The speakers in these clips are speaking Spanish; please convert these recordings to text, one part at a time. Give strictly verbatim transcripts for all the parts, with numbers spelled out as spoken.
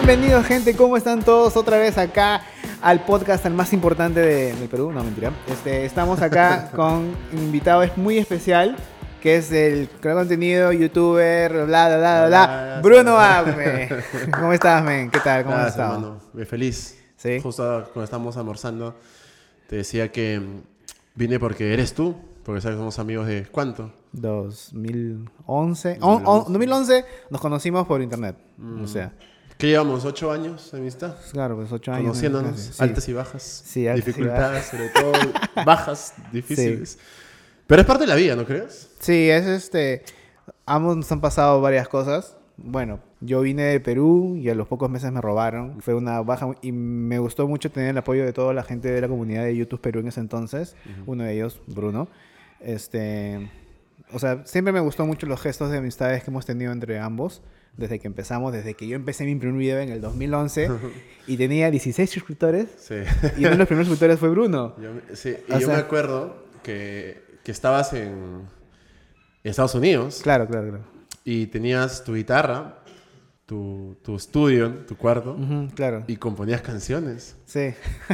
Bienvenidos, gente, ¿cómo están todos? Otra vez acá al podcast el más importante de, del Perú. No, mentira. Este, estamos acá con un invitado muy especial, que es el creador de contenido, youtuber, bla, bla, bla, bla, bla, Bruno Agme. ¿Cómo estás, men? ¿Qué tal? ¿Cómo has estado? Hermano, muy feliz. ¿Sí? Justo cuando estábamos almorzando, te decía que vine porque eres tú, porque sabes que somos amigos de ¿cuánto? dos mil once. On, on, dos mil once nos conocimos por internet. Mm. O sea. ¿Qué llevamos? ¿Ocho años de amistad? Claro, pues ocho años. Conociéndonos, sí. altas y bajas. Sí, altas dificultades, y bajas. sobre todo bajas, difíciles. Sí. Pero es parte de la vida, ¿no crees? Sí, es este... Ambos nos han pasado varias cosas. Bueno, yo vine de Perú y a los pocos meses me robaron. Fue una baja y me gustó mucho tener el apoyo de toda la gente de la comunidad de YouTube Perú en ese entonces. Uh-huh. Uno de ellos, Bruno. Este... O sea, siempre me gustó mucho los gestos de amistades que hemos tenido entre ambos. Desde que empezamos, desde que yo empecé mi primer video en el dos mil once y tenía dieciséis suscriptores. Sí. Y uno de los primeros suscriptores fue Bruno. Yo, sí, y o yo sea, me acuerdo que, que estabas en, en Estados Unidos. Claro, claro, claro. Y tenías tu guitarra, tu, tu estudio en tu cuarto. Uh-huh, claro. Y componías canciones. Sí.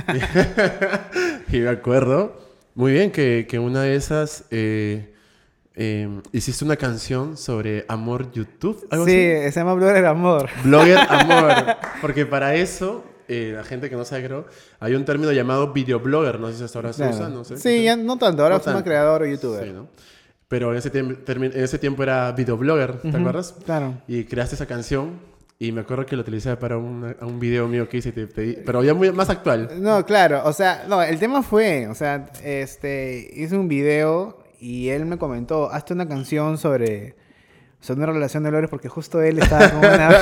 Y me acuerdo muy bien que, que una de esas... Eh, Eh, hiciste una canción sobre amor YouTube. ¿Algo sí, así? se llama Blogger Amor. Blogger Amor. Porque para eso, eh, la gente que no sabe, creo, hay un término llamado videoblogger. No sé si hasta ahora claro. se usa. No sé. Sí, ya no tanto. Ahora no soy más creador o youtuber. Sí, ¿no? Pero en ese, tiemp- en ese tiempo era videoblogger, ¿te uh-huh, acuerdas? Claro. Y creaste esa canción. Y me acuerdo que lo utilicé para una, un video mío que hice, te, te, pero ya muy, más actual. No, claro. O sea, no, el tema fue, o sea, este, hice un video... Y él me comentó, hazte una canción sobre, sobre una relación de valores, porque justo él estaba con una...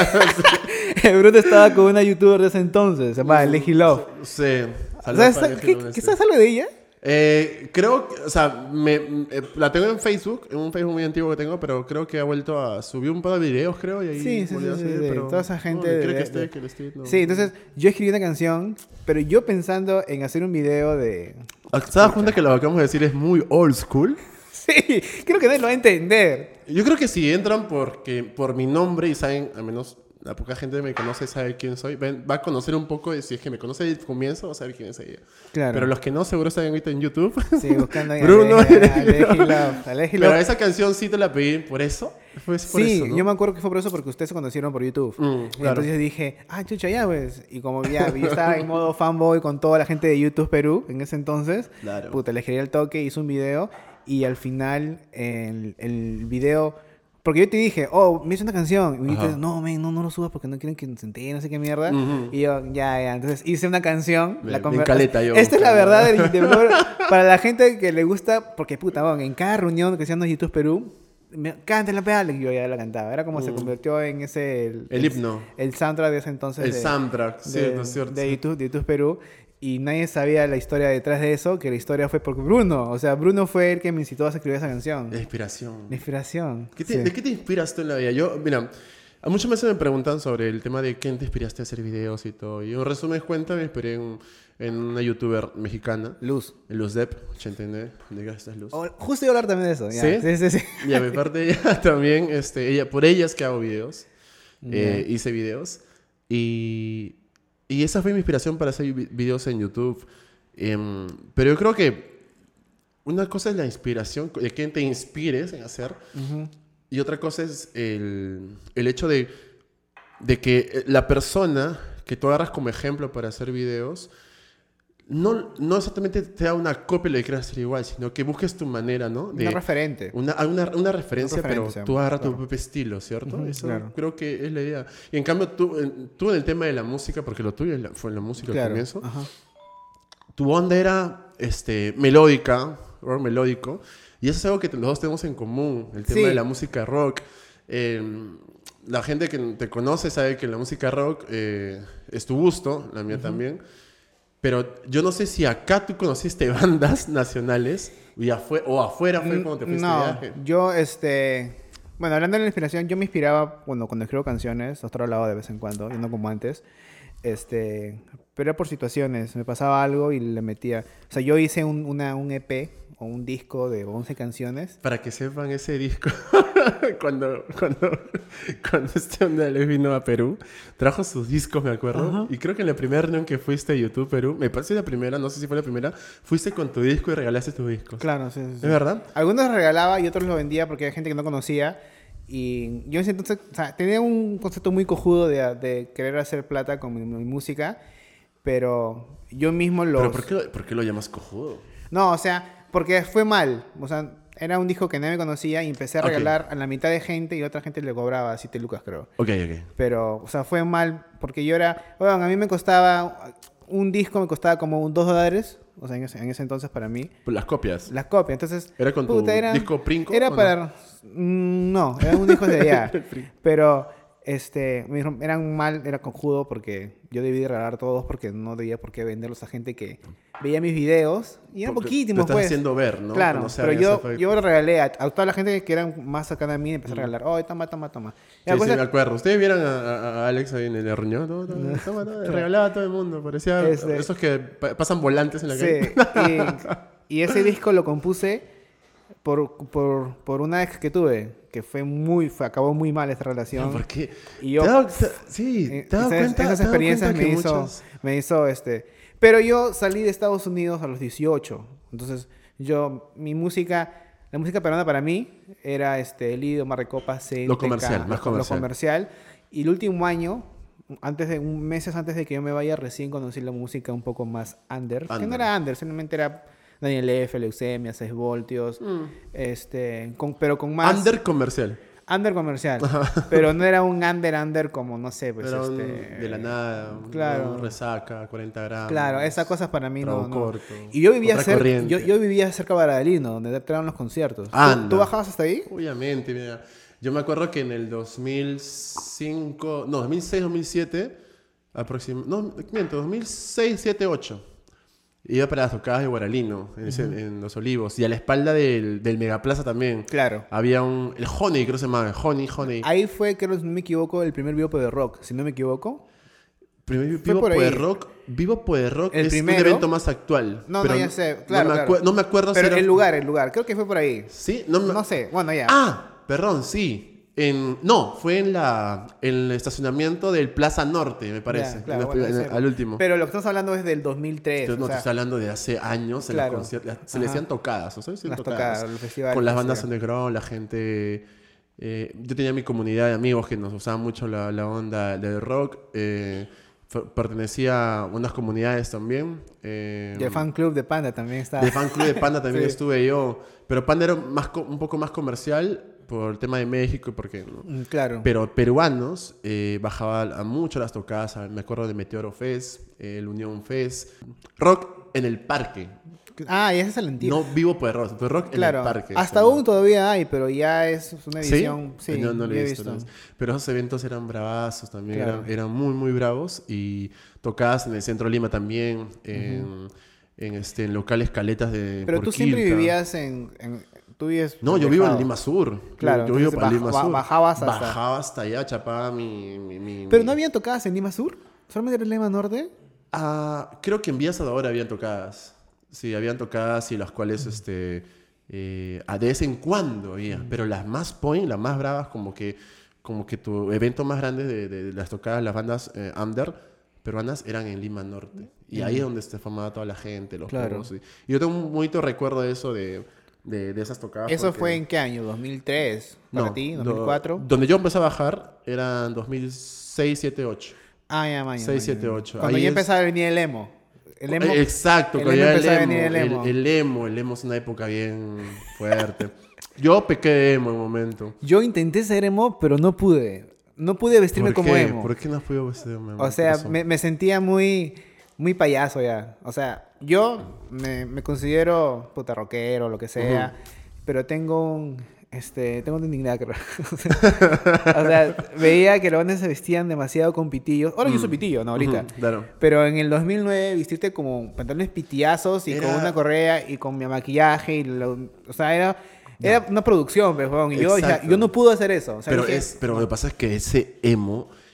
El Bruno estaba con una youtuber de ese entonces, se llama Leji Love. Sí. ¿Sabes qué, ¿qué sabes algo de ella? Eh, creo, o sea, me, eh, la tengo en Facebook, en un Facebook muy antiguo que tengo, pero creo que ha vuelto a subir un par de videos, creo, y ahí sí, sí, sí, a subir, sí, pero toda esa gente... No, de, creo que de, esté, de... que esté, no. Sí, entonces yo escribí una canción, pero yo pensando en hacer un video de... ¿Te das cuenta que lo que acabamos de decir es muy old school? Sí, creo que nadie lo va a entender. Yo creo que si entran porque, por mi nombre y saben, al menos la poca gente que me conoce sabe quién soy, ven, va a conocer un poco de si es que me conoce desde el comienzo, va a saber quién es ella. Claro. Pero los que no, seguro están ahorita en YouTube. Sí, buscando ahí Bruno. A Leji Love. A Leji Love. Pero esa canción sí te la pedí por eso. Fue por sí, eso, ¿no? yo me acuerdo que fue por eso porque ustedes se conocieron por YouTube. Mm, claro. Entonces yo dije, ah, chucha, ya pues. Y como ya yo estaba en modo fanboy con toda la gente de YouTube Perú en ese entonces, claro. Puta, le escribí el toque, hice un video y al final el, el video... Porque yo te dije, oh, me hice una canción. Y me dijiste, no, man, no, no lo subas porque no quieren que se entere, no sé qué mierda. Uh-huh. Y yo, ya, ya. Entonces hice una canción. Me, la conver- me caleta yo. Esta es la verdad del de blogger. Para la gente que le gusta, porque puta, bueno, en cada reunión que se llama YouTube Perú, me, cántela, pedale, y yo ya la cantaba. Era como uh-huh. se convirtió en ese... El, el, el himno. El soundtrack de ese entonces. El de, soundtrack, de, cierto, cierto. De YouTube, de YouTube Perú. Y nadie sabía la historia detrás de eso, que la historia fue por Bruno. O sea, Bruno fue el que me incitó a escribir esa canción. La inspiración. La inspiración. ¿Qué te, sí. ¿De qué te inspiras tú en la vida? Yo, mira, a muchas veces me preguntan sobre el tema de quién te inspiraste a hacer videos y todo. Y en resumen de cuenta me inspiré en, en una youtuber mexicana. Luz. Luz Depp, ochenta y nueve. ¿Dónde estás, Luz? Oh, justo iba a hablar también de eso. Ya. ¿Sí? Sí, sí, sí. Y a mi parte ella también, este, ella, por ella es que hago videos. Yeah. Eh, hice videos. Y, y esa fue mi inspiración para hacer videos en YouTube. Um, pero yo creo que una cosa es la inspiración, de quién te inspires en hacer, uh-huh. y otra cosa es el, el hecho de, de que la persona que tú agarras como ejemplo para hacer videos no, no exactamente te da una copia y lo que quieras hacer igual, sino que busques tu manera, ¿no? De, una referente. Una, una, una referencia, una pero tú agarras claro. tu propio estilo, ¿cierto? Uh-huh, Eso claro. creo que es la idea. Y en cambio tú, tú en el tema de la música, porque lo tuyo fue en la música claro. al comienzo, uh-huh. tu onda era este, melódica, rock melódico, y eso es algo que los dos tenemos en común, el tema sí. de la música rock. Eh, la gente que te conoce sabe que la música rock eh, es tu gusto, la mía uh-huh. también, pero yo no sé si acá tú conociste bandas nacionales y afuera, o afuera fue cuando te fuiste no, de viaje. Yo, este... Bueno, hablando de la inspiración, yo me inspiraba cuando, cuando escribo canciones, hasta lado de vez en cuando, y no como antes. Este, pero era por situaciones. Me pasaba algo y le metía. O sea, yo hice un, una, un E P o un disco de once canciones. Para que sepan, ese disco, cuando, cuando, cuando este hombre les vino a Perú, trajo sus discos, me acuerdo. Uh-huh. Y creo que en la primera reunión que fuiste a YouTube Perú, me parece la primera, no sé si fue la primera, fuiste con tu disco y regalaste tus discos. Claro, sí, sí. ¿Es verdad? Algunos regalaba y otros los vendía porque había gente que no conocía. Y yo en ese entonces, o sea, tenía un concepto muy cojudo de, de querer hacer plata con mi, mi música, pero yo mismo lo... ¿Pero por qué, por qué lo llamas cojudo? No, o sea... Porque fue mal. O sea, era un disco que nadie me conocía y empecé a regalar okay. a la mitad de gente y a otra gente le cobraba siete lucas, creo. Ok, ok. Pero, o sea, fue mal porque yo era... Bueno, a mí me costaba... Un disco me costaba como un dos dólares. O sea, en ese, en ese entonces para mí. Las copias. Las copias. Entonces... ¿Era con puta, tu era, disco Princo? Era para... No? no, era un disco de allá. Pero... Este, me dijeron, eran mal, era conjudo porque yo debí de regalar todos porque no debía por qué venderlos a gente que veía mis videos y eran poquísimos, te estás pues. haciendo ver, ¿no? Claro, pero yo, yo lo regalé a, a toda la gente que eran más cercana a mí, empecé a regalar, oh, toma, toma, toma. Sí, cosa... sí, me acuerdo. Ustedes vieron a, a, a Alex ahí en la reunión, toma, toma, toma, toma, regalaba a todo el mundo, parecía este... esos que pa pasan volantes en la calle. Sí, y, y ese disco lo compuse por, por, por una ex que tuve. Que fue muy, fue, acabó muy mal esta relación. ¿Por qué? Y yo, ¿Te dado, te, sí, ¿te has dado cuenta? Esas experiencias me hizo, muchos... me hizo, este... Pero yo salí de Estados Unidos a los dieciocho. Entonces, yo, mi música, la música peruana para mí era este, Lido, Marrecopa, C N T K, lo comercial, más comercial. Lo comercial. Y el último año, antes de, un, meses antes de que yo me vaya, recién conocí la música un poco más under. under. Que no era under, simplemente era... Daniel F, Leucemia, seis voltios, mm. este, con, pero con más... Under comercial. Under comercial, pero no era un under under como, no sé, pues era este... de la nada, claro. resaca, cuarenta gramos. Claro, esas cosas para mí no, no. Corto, y yo vivía, cerca, yo, yo vivía cerca de Baradilino, donde traían los conciertos. ¿Tú, ¿Tú bajabas hasta ahí? Obviamente, mira. Yo me acuerdo que en el dos mil cinco, no, dos mil seis, dos mil siete, aproximadamente, no, miento, dos mil seis, dos mil siete, dos mil ocho. Iba para las tocadas de Guaralino, en, ese, uh-huh. en Los Olivos. Y a la espalda del, del Megaplaza también. Claro. Había un... El Honey, creo que se llamaba. Honey, Honey. Ahí fue, creo, si no me equivoco, el primer Vivo de Rock. Si no me equivoco. Primer Vivo de Rock. Vivo de Rock el es primero. Un evento más actual. No, no, ya sé. Claro, no, me claro. no me acuerdo pero si era... el lugar, el lugar. Creo que fue por ahí. ¿Sí? No, me... no sé. Bueno, ya. Ah, perdón, sí. En, no, fue en la en el estacionamiento del Plaza Norte, me parece. Ya, claro, en la, bueno, en, al último. Pero lo que estamos hablando es del dos mil tres. Entonces, no, o sea, te estoy hablando de hace años. En claro. los se Ajá. le decían tocadas, ¿no sabes? Las tocadas. tocadas, los festivales. Con las bandas underground, la gente... Eh, yo tenía mi comunidad de amigos que nos usaban mucho la, la onda del rock. Eh, pertenecía a unas comunidades también. Eh, y el fan club de Panda también estaba. El fan club de Panda también sí. estuve yo. Pero Panda era más, un poco más comercial por el tema de México. Porque, ¿no? Claro. Pero peruanos eh, bajaba a mucho las tocadas. Me acuerdo de Meteoro Fest, eh, el Unión Fest. Rock en el parque. Ah, y ese es el antiguo. No Vivo por rock, por rock claro. en el parque. Hasta aún ¿no? todavía hay, pero ya es una edición. Sí, sí no, no lo he visto. visto. No. Pero esos eventos eran bravazos también, claro. eran, eran muy, muy bravos. Y tocadas en el centro de Lima también, en, uh-huh. en, este, en locales caletas de. Pero tú Porquilta. siempre vivías en. en tú vives no, yo vivo en Lima Sur. Claro, yo, yo vivo para baj, Lima Sur. Bajabas hasta. Bajaba hasta allá, chapaba mi. mi, mi pero mi... no habían tocadas en Lima Sur, solamente en Lima Norte. Ah, creo que en Villa Salvador habían tocadas. Sí, habían tocadas y las cuales, este, eh, de vez en cuando había, mm. pero las más point, las más bravas, como que, como que tu evento más grande de, de, de las tocadas, las bandas eh, under peruanas eran en Lima Norte. Y mm. ahí es donde se formaba toda la gente, los claro. juegos. Y, y yo tengo un bonito recuerdo de eso, de, de, de esas tocadas. ¿Eso porque... fue en qué año? ¿dos mil tres? ¿Para no, ti? ¿dos mil cuatro? Do, donde yo empecé a bajar eran dos mil seis, siete, ocho. Ah, ya, mañana. seis, siete, ocho. Cuando ahí ya es... empezaba a venir el emo. El emo, Exacto, el cuando emo ya el emo, el emo. El, el emo, el emo es una época bien fuerte. Yo pequé de emo en un momento. Yo intenté ser emo, pero no pude. No pude vestirme como qué? emo. ¿Por qué no has podido vestirme como emo? O sea, me, me sentía muy, muy payaso ya. O sea, yo me, me considero puta rockero, lo que sea, uh-huh. pero tengo un... Este, tengo una indignada, creo. o, sea, o sea, veía que los bandas se vestían demasiado con pitillos. Ahora mm. yo soy pitillo, ¿no? Ahorita. Uh-huh, claro. Pero en el dos mil nueve vestirte como pantalones pitillazos y era... con una correa y con mi maquillaje. Y lo, o sea, era, era no. una producción, pues, y yo, ya, yo no pude hacer eso. O sea, pero, dije, es, pero lo que pasa es que ese emo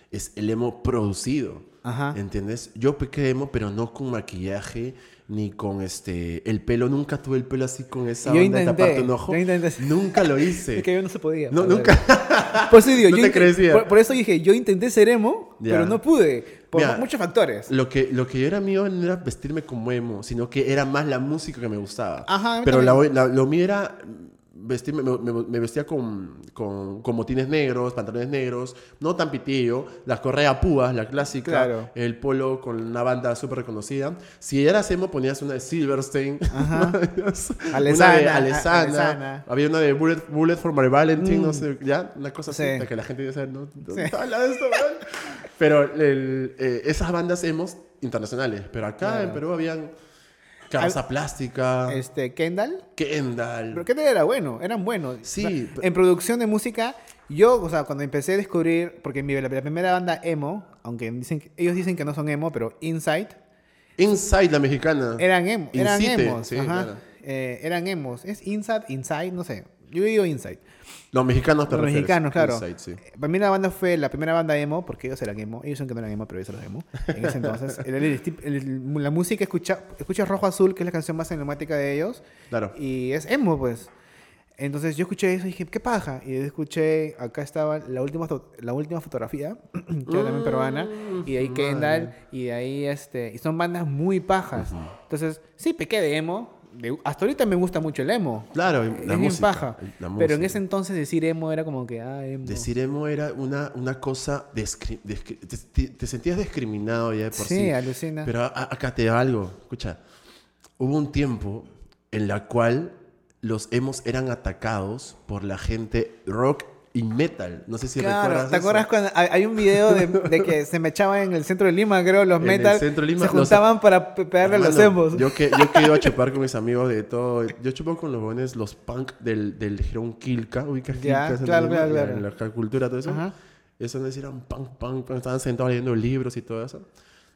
es el emo producido. Ajá. ¿Entiendes? Yo pequé emo, pero no con maquillaje, ni con este... El pelo, nunca tuve el pelo así con esa Yo onda de intenté, taparte un ojo. yo intenté. Nunca lo hice. Es que yo no se podía. No, a ver. nunca. Por eso digo, No yo te inte- crecía. Por, por eso dije, yo intenté ser emo, Ya. pero no pude. Por Mira, muchos factores. Lo que, lo que yo era mío no era vestirme como emo, sino que era más la música que me gustaba. Ajá, a mí Pero la, también. la- lo mío era vestirme, me, me- me vestía con, con, con botines negros, pantalones negros, no tan pitillo, las correas púas, la clásica, Claro. el polo con una banda súper reconocida. Si eras emo, ponías una de Silverstein, Ajá. una de Alesana, Alesana, Alesana. había una de Bullet, Bullet for My Valentine, Mm. no sé, ya, una cosa así, Sí. la que la gente dice, no, no Sí. habla de esto, weón. Pero el- eh, esas bandas emos internacionales, pero acá Claro. en Perú habían Cabeza Plástica, Este, Kendall. Kendall. Pero Kendall era bueno, eran buenos. Sí, O sea, pe- en producción de música, yo, o sea, cuando empecé a descubrir, porque mi, la, la primera banda emo, aunque dicen que- ellos dicen que no son emo, pero Inside, Inside, la mexicana. eran emo, eran Incite, emos. sí, ajá. claro. Eh, eran emos. Es Inside, Inside, no sé. Yo digo Inside. Los mexicanos te Los refieres. mexicanos, claro. Inside, sí. Para mí la banda fue la primera banda emo, porque ellos eran emo. Ellos son que no eran emo, pero ellos eran emo. En ese entonces. El- el- el- el- la música, escucha, escuchas Rojo Azul, que es la canción más emblemática de ellos. Claro. Y es emo, pues. Entonces yo escuché eso y dije, ¿qué paja? Y escuché, acá estaba la última, fo- la última fotografía, que era también peruana, y de ahí Kendall, madre. y de ahí este, y son bandas muy pajas. Entonces, sí, pequé de emo. De- hasta ahorita me gusta mucho el emo. Claro, Es la bien música. paja. la Pero en música. ese entonces decir emo era como que, ah, emo. Decir emo era una, una cosa... discri- discri- te, te- te sentías discriminado ya de por sí. Sí, alucina. Pero a- a- acá te da algo. Escucha, hubo un tiempo en la cual los emos eran atacados por la gente rock y metal. No sé si Claro, recuerdas ¿te eso. acuerdas cuando hay hay un video de, de que se me echaban en el centro de Lima, creo, los En el metal? centro de Lima, se los- juntaban para pe- pegarle a los Hermano, emos. Yo que, yo que iba a chupar con mis amigos de todo. Yo chupo con los jóvenes, los punk del, del Girón Quilca. ¿Ubicas Ya, Quilca? claro, Santo claro, Domingo? claro. La, la cultura, todo eso. Ajá. Eso no eran punk, punk, punk. Estaban sentados leyendo libros y todo eso.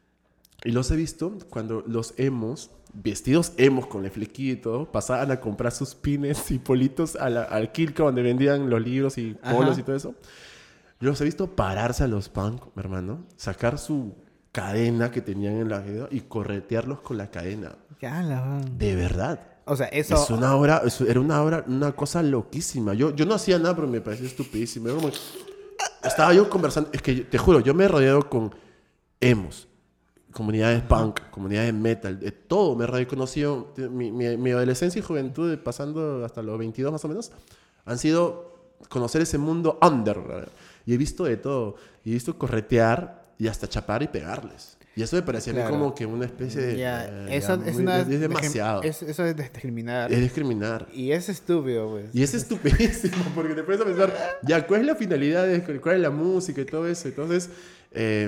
Y los he visto cuando los emos, vestidos emos con el flequillo y todo, pasaban a comprar sus pines y politos a la- al Quilca donde vendían los libros y polos Ajá. y todo eso. Yo los he visto pararse a los punk, mi hermano, sacar su cadena que tenían en la vida y corretearlos con la cadena. Ya la van. De verdad. O sea, eso. Es una obra, es- era una obra, una cosa loquísima. Yo, yo no hacía nada, pero me parecía estupidísimo. Era como- estaba yo conversando, es que te juro, yo me he rodeado con emos, comunidades punk, comunidades metal, de todo. Me he conocido, mi, mi, mi adolescencia y juventud, pasando hasta los veintidós más o menos, han sido conocer ese mundo under. ¿verdad? Y he visto de todo. Y he visto corretear y hasta chapar y pegarles. Y eso me parecía a mí Claro. como que una especie de... Ya, eh, eso ya es muy- una. es demasiado. es- eso es discriminar. Es discriminar. Y es estúpido, pues. Y es estupidísimo porque te puedes pensar, ya, ¿cuál es la finalidad? De, ¿Cuál es la música y todo eso? Entonces, eh,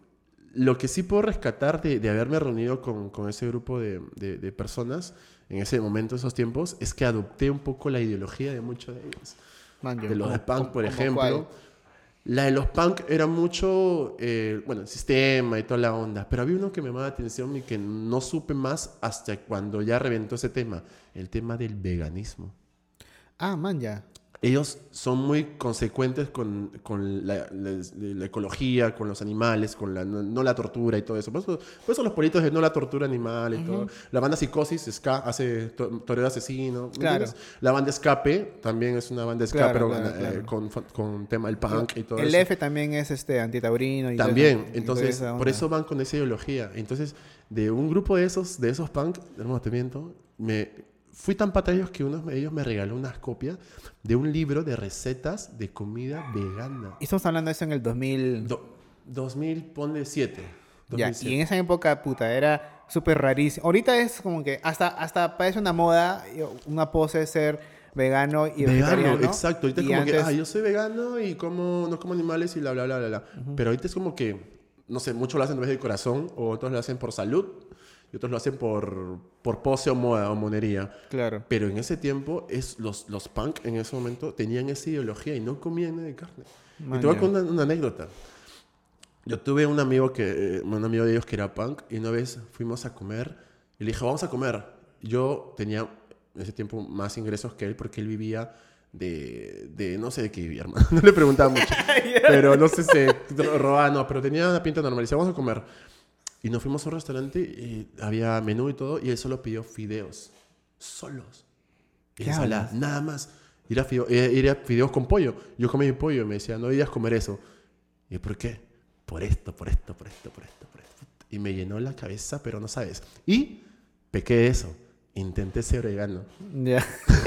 lo que sí puedo rescatar de, de haberme reunido con, con ese grupo de, de, de personas en ese momento, esos tiempos, es que adopté un poco la ideología de muchos de ellos. Man, yo, De los de como- punk, como- por como ejemplo. cuál. La de los punk era mucho, eh, bueno, el sistema y toda la onda, pero había uno que me llamaba la atención y que no supe más hasta cuando ya reventó ese tema, el tema del veganismo. Ah, man, ya. Ellos son muy consecuentes con, con la, la- la ecología, con los animales, con la, no, no la tortura y todo eso. Por eso, por eso los politos de no la tortura animal y todo. La banda Psicosis, Ska, hace to- Torero Asesino. ¿me Claro. entiendes? La banda Escape también es una banda Ska, Claro, pero claro, eh, claro. Con, con tema del punk y todo El eso. F también es este antitaurino. Y todo También, eso- y entonces, toda esa por onda. eso van con esa ideología. Entonces, de un grupo de esos, de esos punk, hermano, te miento, me, fui tan pata de ellos que uno de ellos me regaló unas copias de un libro de recetas de comida vegana. Y estamos hablando de eso en el dos mil. Do- dos mil, ponle siete. Ya, dos mil siete. y en esa época, puta, era súper rarísimo. Ahorita es como que hasta, hasta parece una moda, una pose de ser vegano y Vegano, vegetariano. exacto. Ahorita es Y como que, antes- ah, yo soy vegano y como, no como animales y bla, bla, bla, bla, bla. Pero ahorita es como que, no sé, muchos lo hacen a través del corazón, o otros lo hacen por salud, y otros lo hacen por, por pose o moda o monería. Claro. Pero en ese tiempo, es, los, los punk en ese momento tenían esa ideología y no comían nada de carne. Man, y te voy a ya. contar una, una anécdota. Yo tuve un amigo, que, eh, un amigo de ellos que era punk y una vez fuimos a comer y le dije, vamos a comer. Yo tenía en ese tiempo más ingresos que él porque él vivía de, de no sé de qué vivía, hermano. No le preguntaba mucho. Pero no sé si robaba, no, pero tenía una pinta normal. Y dice, vamos a comer. Y nos fuimos a un restaurante y había menú y todo, y él solo pidió fideos. Solos. Y ensalada, nada más. Y era, fideo, era fideos con pollo. Yo comí mi pollo y me decía, no debías comer eso. Y yo, ¿por qué? Por esto, por esto, por esto, por esto, por esto. Y me llenó la cabeza, pero no sabes. Y pequé de eso. Intenté ser vegano. Ya.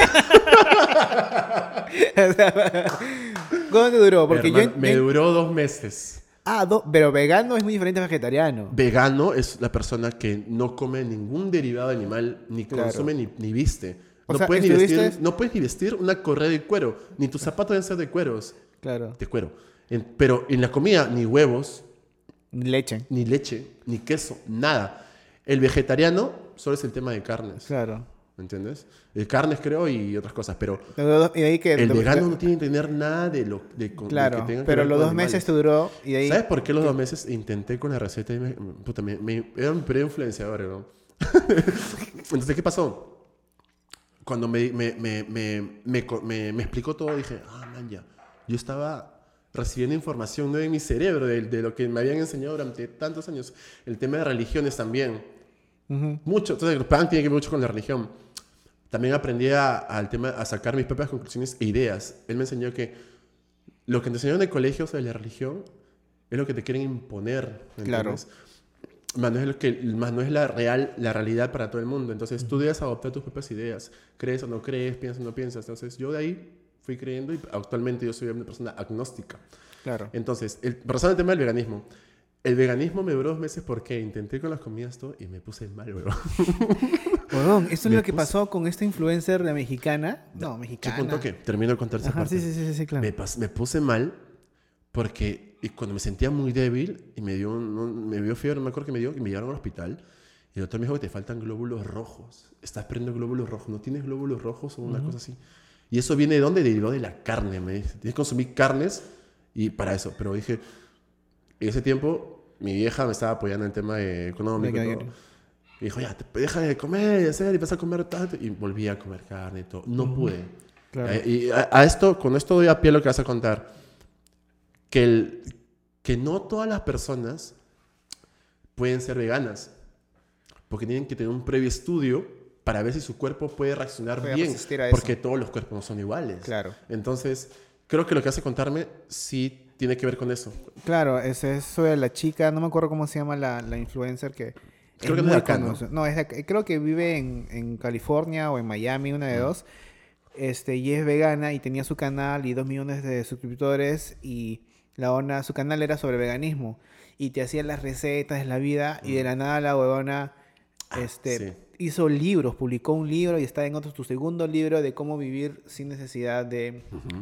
¿Cuánto te duró? Porque Hermano, yo... me duró dos meses. Ah, do... pero vegano es muy diferente a vegetariano. Vegano es la persona que no come ningún derivado animal, ni Claro. consume, ni, ni viste. O No, sea, puedes ni vestir, ¿estuviste? no puedes ni vestir una correa de cuero. Ni tus zapatos deben ser de cueros. Claro. De cuero. En- pero en la comida, ni huevos, Leche. ni leche, ni queso, nada. El vegetariano solo es el tema de carnes. Claro. ¿Me entiendes? De carnes, creo, y otras cosas. Pero Y de ahí que... el vegano no tiene que tener nada de lo de, con- de Claro, que tenga que pero ver los con dos animales. meses te duró y de ahí... ¿Sabes por qué los dos meses intenté con la receta? Y me, puta, me, me, era un pre-influenciador, ¿no? Entonces, ¿qué pasó? Cuando me, me, me, me, me, co- me- me explicó todo, dije, ah, man, ya. Yo estaba recibiendo información nueva en mi cerebro de, de lo que me habían enseñado durante tantos años. El tema de religiones también. Ujú. Mucho. Entonces, el plan tiene que ver mucho con la religión. También aprendí a, al tema, a sacar mis propias conclusiones e ideas. Él me enseñó que lo que te enseñaron en el colegio sobre la religión es lo que te quieren imponer. ¿me Claro. entiendes? Más no es lo que, más no es la real, la realidad para todo el mundo. Entonces tú debes adoptar tus propias ideas. Crees o no crees, piensas o no piensas. Entonces yo de ahí fui creyendo y actualmente yo soy una persona agnóstica. Claro. Entonces, el, pasando al tema del veganismo. El veganismo me duró dos meses porque intenté con las comidas todo y me puse mal, weón. Huevón, esto es Me lo que puse- pasó con esta influencer de mexicana. No, ¿Qué mexicana. punto qué? Termino de contar esa Ajá, parte. sí, sí, sí, sí, claro. Me, pas- me puse mal porque y cuando me sentía muy débil y me dio, un- un- me dio fiebre, no me acuerdo que me dio, y me llevaron al hospital. Y el doctor me dijo que te faltan glóbulos rojos. Estás perdiendo glóbulos rojos. ¿No tienes glóbulos rojos o una cosa así? Y eso viene de dónde? Derivó de la carne. Me dice, tienes que consumir carnes y para eso. Pero dije, en ese tiempo, mi vieja me estaba apoyando en el tema de económico De y que- todo. Y dijo, ya, te, deja de comer y hacer, y empecé a comer tanto. Y volví a comer carne y todo. No pude. Claro. Eh, y a, a esto, con esto doy a pie lo que vas a contar. Que, el, que no todas las personas pueden ser veganas. Porque tienen que tener un previo estudio para ver si su cuerpo puede reaccionar Puede bien. resistir a eso. Porque todos los cuerpos no son iguales. Claro. Entonces, creo que lo que hace contarme sí tiene que ver con eso. Claro, es eso de la chica, no me acuerdo cómo se llama la, la influencer que... Creo que no es de acá, ¿no? famosa. No, es de acá. Creo que vive en, en California o en Miami, una de dos. Este, y es vegana y tenía su canal y dos millones de suscriptores y la onda, su canal era sobre veganismo y te hacía las recetas de la vida y de la nada la huevona este, sí. hizo libros, publicó un libro y está en otro, tu segundo libro de cómo vivir sin necesidad de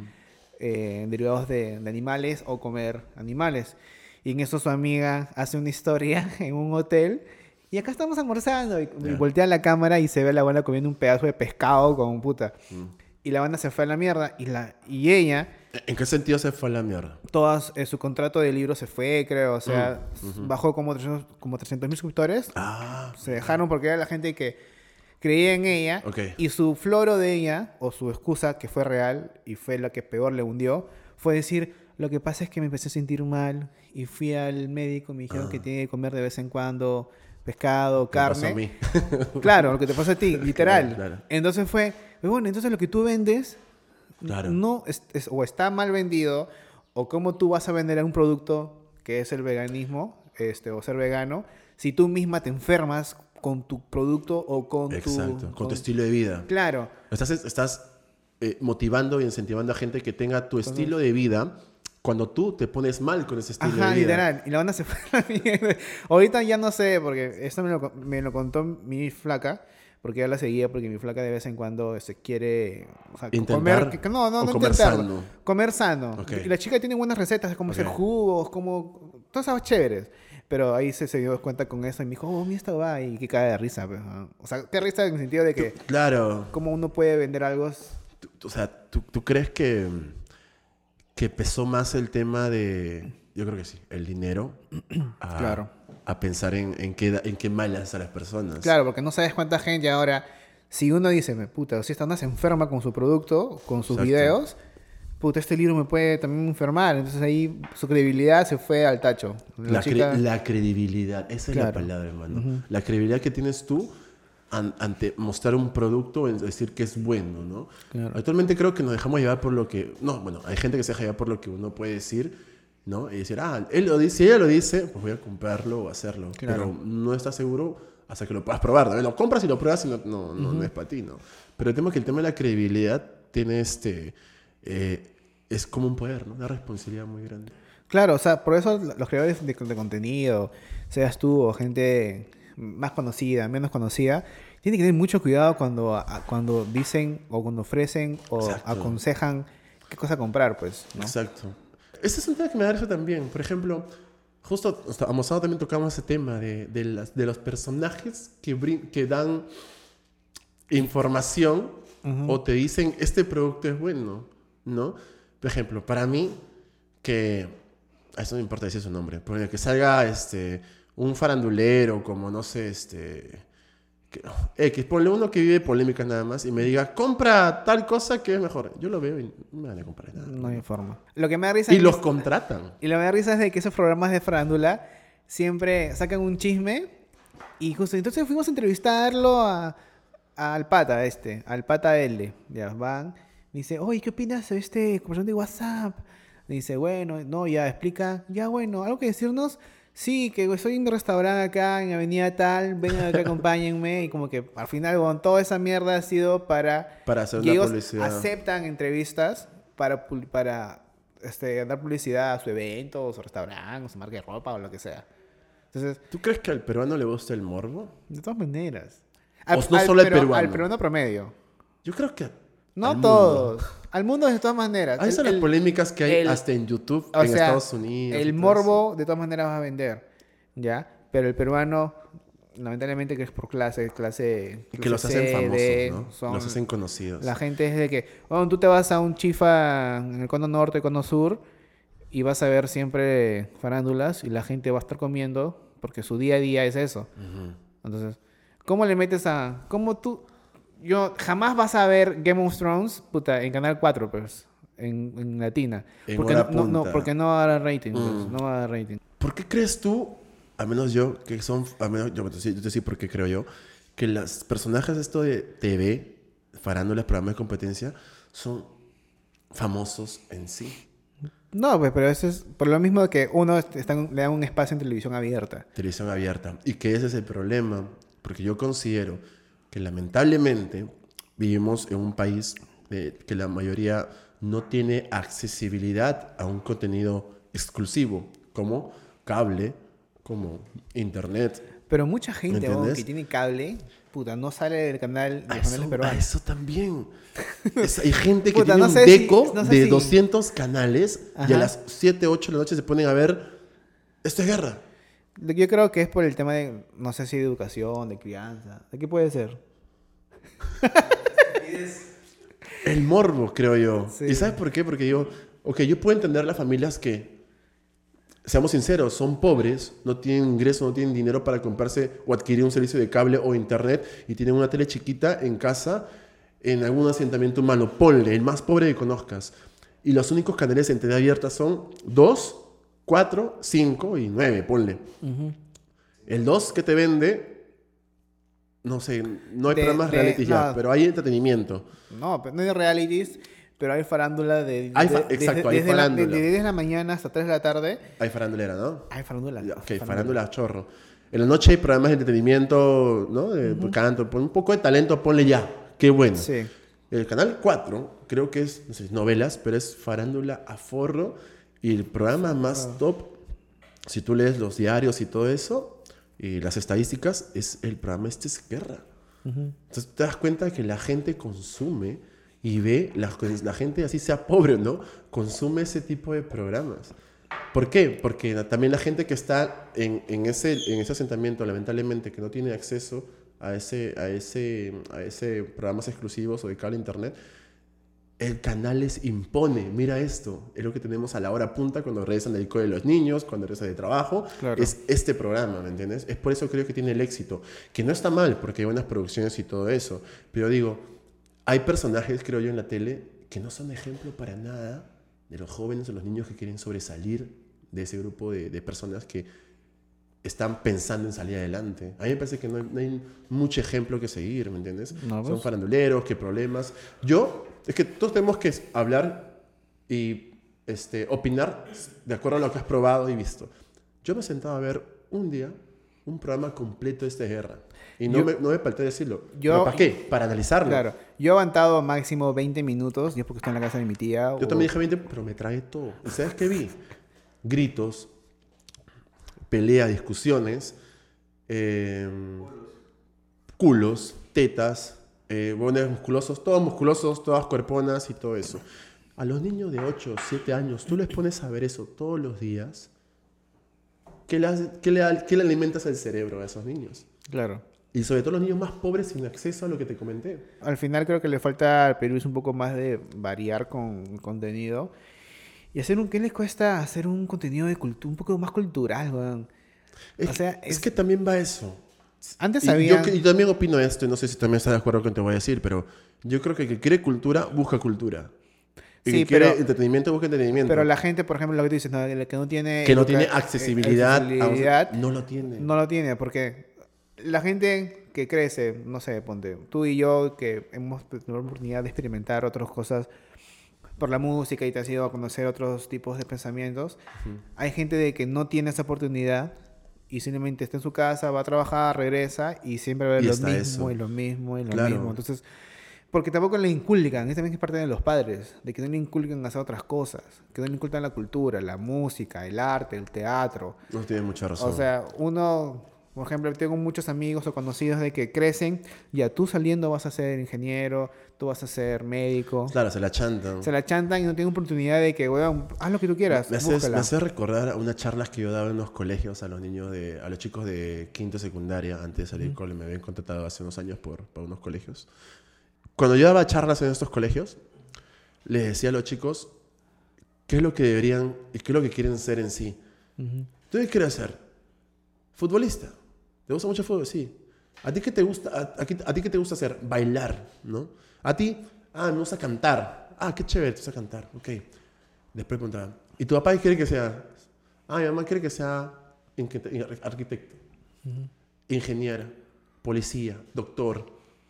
eh, derivados de, de animales o comer animales. Y en eso su amiga hace una historia en un hotel y acá estamos almorzando y, y Ya. voltea la cámara y se ve a la buena comiendo un pedazo de pescado con puta. Mm. Y la banda se fue a la mierda y, la, y ella, ¿En qué sentido se fue a la mierda? todas, eh, su contrato de libro se fue, creo, o sea, bajó como trescientos como trescientos mil suscriptores. Ah, Se dejaron porque era la gente que creía en ella. Ok. Y su floro de ella, o su excusa, que fue real y fue la que peor le hundió, fue decir, lo que pasa es que me empecé a sentir mal y fui al médico, me dijeron que tiene que comer de vez en cuando pescado, me pasó carne. a mí. Claro, lo que te pasó a ti, literal. Claro, claro. Entonces fue, bueno, entonces lo que tú vendes Claro. no es, es- o está mal vendido, o cómo tú vas a vender un producto que es el veganismo, este, o ser vegano, si tú misma te enfermas con tu producto o con tu... Exacto, con tu estilo de vida. Claro, Estás, estás eh, motivando y incentivando a gente que tenga tu estilo de vida cuando tú te pones mal con ese estilo ajá, de vida. literal. Y la banda se fue a la mierda. Ahorita ya no sé, porque esto me lo, me lo contó mi flaca, porque ya la seguía, porque mi flaca de vez en cuando se quiere o sea, Intentar comer. que- No, no, o no comer intentarlo. sano. Comer sano. Ok. Y la chica tiene buenas recetas, de cómo hacer Ok. jugos, como. Todas esas chéveres. Pero ahí se, se dio cuenta con eso y me dijo, oh, mira esta va, y que cae de risa. Pues, ¿no? O sea, qué risa en el sentido de que, Claro. cómo uno puede vender algo. Tú- tú- o sea, ¿tú, tú crees que, que pesó más el tema de... Yo creo que sí, el dinero. A, Claro. A pensar en, en, qué, da- en qué malas a las personas. Claro, porque no sabes cuánta gente ahora Si uno dice, me puta, si esta onda se enferma con su producto, con sus Exacto. videos, puta, este libro me puede también enfermar. Entonces ahí su credibilidad se fue al tacho. La, La, chica... cre- la credibilidad, esa es Claro. la palabra, hermano. Ujú. La credibilidad que tienes tú an- ante mostrar un producto, es decir que es bueno, ¿no? Claro. Actualmente creo que nos dejamos llevar por lo que... No, bueno, hay gente que se deja llevar por lo que uno puede decir, ¿no? Y decir, ah, él lo dice, si ella lo dice, pues voy a comprarlo o hacerlo. Claro. Pero no estás seguro hasta que lo puedas probar, ¿no? Lo compras y lo pruebas y no, no, no, Ujú. no es para ti, ¿no? Pero el tema es que el tema de la credibilidad tiene este... eh, es como un poder, ¿no? Una responsabilidad muy grande. Claro, o sea, por eso los creadores de, de contenido, seas tú o gente más conocida, menos conocida, tienen que tener mucho cuidado cuando, a- cuando dicen o cuando ofrecen o Exacto. aconsejan qué cosa comprar, pues, ¿no? Exacto. Ese es un tema que me da risa también. Por ejemplo, justo a Mozado también tocamos ese tema de, de, las, de los personajes que, brin- que dan información Ujú. o te dicen este producto es bueno, ¿no? Por ejemplo, para mí, que... a eso no me importa decir su nombre, pero que salga este, un farandulero como, no sé, este... que- X, ponle uno que vive polémicas nada más y me diga, compra tal cosa que es mejor. Yo lo veo y no me van a comprar nada. No hay forma. Lo que me da risa Y es los que- contratan. y lo que me da risa es de que esos programas de farándula siempre sacan un chisme y justo entonces fuimos a entrevistarlo a, al pata este, al pata L. Ya van, dice, oye, ¿qué opinas de este conversación de WhatsApp? Dice, bueno, no, ya explica, ya bueno, algo que decirnos. Sí, que estoy en un restaurante acá en avenida tal, vengan acá, acompáñenme. Y como que al final, bueno, toda esa mierda ha sido para... Para hacer y una ellos publicidad. aceptan entrevistas para, pu- para este, dar publicidad a su evento, o su restaurante, o su marca de ropa, o lo que sea. Entonces, ¿Tú crees que al peruano le gusta el morbo? de todas maneras. O no solo al pero- peruano. Al peruano promedio. Yo creo que No al mundo. todos. Al mundo de todas maneras. Ahí El- son las el- polémicas que hay el- hasta en YouTube, o en sea, Estados Unidos. y el todo morbo de todas maneras va a vender, ¿ya? Pero el peruano, lamentablemente que es por clase, clase... eso. Y que clase los hacen C, D, famosos, ¿no? son- Los hacen conocidos. La gente es de que, oh, tú te vas a un chifa en el cono norte, cono sur, y vas a ver siempre farándulas, y la gente va a estar comiendo, porque su día a día es eso. Ujú. Entonces, ¿cómo le metes a...? ¿Cómo tú...? Yo jamás vas a ver Game of Thrones, puta, en Canal cuatro, pues, en, en Latina. En porque hora no, no, punta. porque no va a dar rating, pues, Mm. no va a dar rating. ¿Por qué crees tú, al menos yo, que son, al menos yo, yo te yo te decir por qué creo yo, que los personajes de esto de T V, farándulas, programas de competencia, son famosos en sí? No, pues, pero eso es por lo mismo que uno est- está en- le da un espacio en televisión abierta. Televisión abierta. Y que ese es el problema, porque yo considero que lamentablemente vivimos en un país de, que la mayoría no tiene accesibilidad a un contenido exclusivo, como cable, como internet. Pero mucha gente ¿Me weón, entiendes? que tiene cable, puta, no sale del canal de A los canales eso, a peruanos. eso también. Es- hay gente que Puta, tiene no un sé si- deco no sé de si- doscientos canales y Ajá. a las siete, ocho de la noche se ponen a ver esto es guerra. Yo creo que es por el tema de, no sé si de educación, de crianza. ¿De qué puede ser? El morbo, creo yo. Sí. ¿Y sabes por qué? Porque yo, ok, yo puedo entender las familias que, seamos sinceros, son pobres, no tienen ingreso, no tienen dinero para comprarse o adquirir un servicio de cable o internet y tienen una tele chiquita en casa en algún asentamiento humano. Ponle, el más pobre que conozcas. Y los únicos canales en T V abierta son dos, cuatro, cinco y nueve, ponle. El dos que te vende, no sé, no hay De- programas de- reality ya, no. pero hay entretenimiento. No, pero no hay realities, pero hay farándula de... Hay de- fa- de- exacto, desde, hay desde la, farándula. de, de diez de la mañana hasta tres de la tarde. Hay farandulera, ¿no? Hay farándula. Ya, ok, farándula chorro. En la noche hay programas de entretenimiento, ¿no? De canto, pon un poco de talento, ponle ya. Qué bueno. Sí. El canal cuatro, creo que es, no sé, novelas, pero es farándula a forro. Y el programa más top, si tú lees los diarios y todo eso, y las estadísticas, es el programa Este es Guerra. Entonces te das cuenta que la gente consume y ve, la, la gente así sea pobre, ¿no? Consume ese tipo de programas. ¿Por qué? Porque la- también la gente que está en, en, ese, en ese asentamiento, lamentablemente, que no tiene acceso a ese, a ese, a ese programas exclusivos o de cable internet, el canal les impone, mira esto, es lo que tenemos a la hora punta cuando regresan del cole de los niños, cuando regresan de trabajo, Claro. es este programa, ¿me entiendes? Es por eso creo que tiene el éxito, que no está mal, porque hay buenas producciones y todo eso, pero digo, hay personajes, creo yo, en la tele que no son ejemplo para nada de los jóvenes o los niños que quieren sobresalir de ese grupo de, de personas que están pensando en salir adelante. A mí me parece que no hay, no hay mucho ejemplo que seguir, ¿me entiendes? No, pues. Son faranduleros, qué problemas. Yo, es que todos tenemos que hablar y este, opinar de acuerdo a lo que has probado y visto. Yo me sentaba a ver un día un programa completo de esta guerra. Y no, Yo- me, no me falté decirlo. yo- ¿Pero para qué? Para analizarlo. Claro. Yo he aguantado máximo veinte minutos, y es porque estoy en la casa de mi tía. Yo o- también dije veinte, pero me trae todo. ¿Y sabes qué vi? Gritos, pelea, discusiones, eh, culos, tetas, eh, bones musculosos, todos musculosos, todas cuerponas y todo eso. A los niños de ocho, siete años, tú les pones a ver eso todos los días. ¿Qué le, hace- qué le, qué le alimentas al cerebro a esos niños? Claro. Y sobre todo los niños más pobres sin acceso a lo que te comenté. Al final creo que le falta al Perú es un poco más de variar con contenido. Y hacer un... ¿Qué les cuesta hacer un contenido de cultura un poco más cultural, weón? Es, O sea, es es- que también va eso. Antes Y había... yo, que- y también opino esto, y no sé si también estás de acuerdo con lo que te voy a decir, pero yo creo que el que quiere cultura, busca cultura. Y Sí, que quiere pero- entretenimiento, busca entretenimiento. Pero la gente, por ejemplo, lo que tú dices, ¿no? El que no tiene... que no educa- tiene eh, accesibilidad, a- accesibilidad, no lo tiene. no lo tiene, porque la gente que crece, no sé, ponte, tú y yo que hemos tenido la oportunidad de experimentar otras cosas por la música y te has ido a conocer otros tipos de pensamientos, hay gente de que no tiene esa oportunidad y simplemente está en su casa, va a trabajar, regresa y siempre va a ver Y lo está mismo eso. y lo mismo y lo Claro. mismo. Entonces, porque tampoco le inculcan, eso también es parte de los padres, de que no le inculcan a hacer otras cosas, que no le inculcan la cultura, la música, el arte, el teatro. No tiene mucha razón. O sea, uno, por ejemplo, tengo muchos amigos o conocidos de que crecen, ya tú saliendo vas a ser ingeniero, tú vas a ser médico. claro, se la chantan. Se la chantan y no tienen oportunidad de que, weón, haz lo que tú quieras, Me haces, me búscala. hace recordar a unas charlas que yo daba en los colegios a los niños de, a los chicos de quinto secundaria antes de salir del cole. Me habían contratado hace unos años por, por unos colegios. Cuando yo daba charlas en estos colegios, les decía a los chicos qué es lo que deberían y qué es lo que quieren ser en sí. Ujú. ¿Tú qué quieres ser? Futbolista. ¿Te gusta mucho el fútbol? Sí. ¿A ti qué te gusta, a, a, a ti qué te gusta hacer? Bailar, ¿no? A ti, ah, me gusta cantar. Ah, qué chévere, te gusta cantar. Ok. Después preguntaba, ¿y tu papá qué quiere que sea? Ah, mi mamá quiere que sea inque- arquitecto, ingeniera, policía, doctor.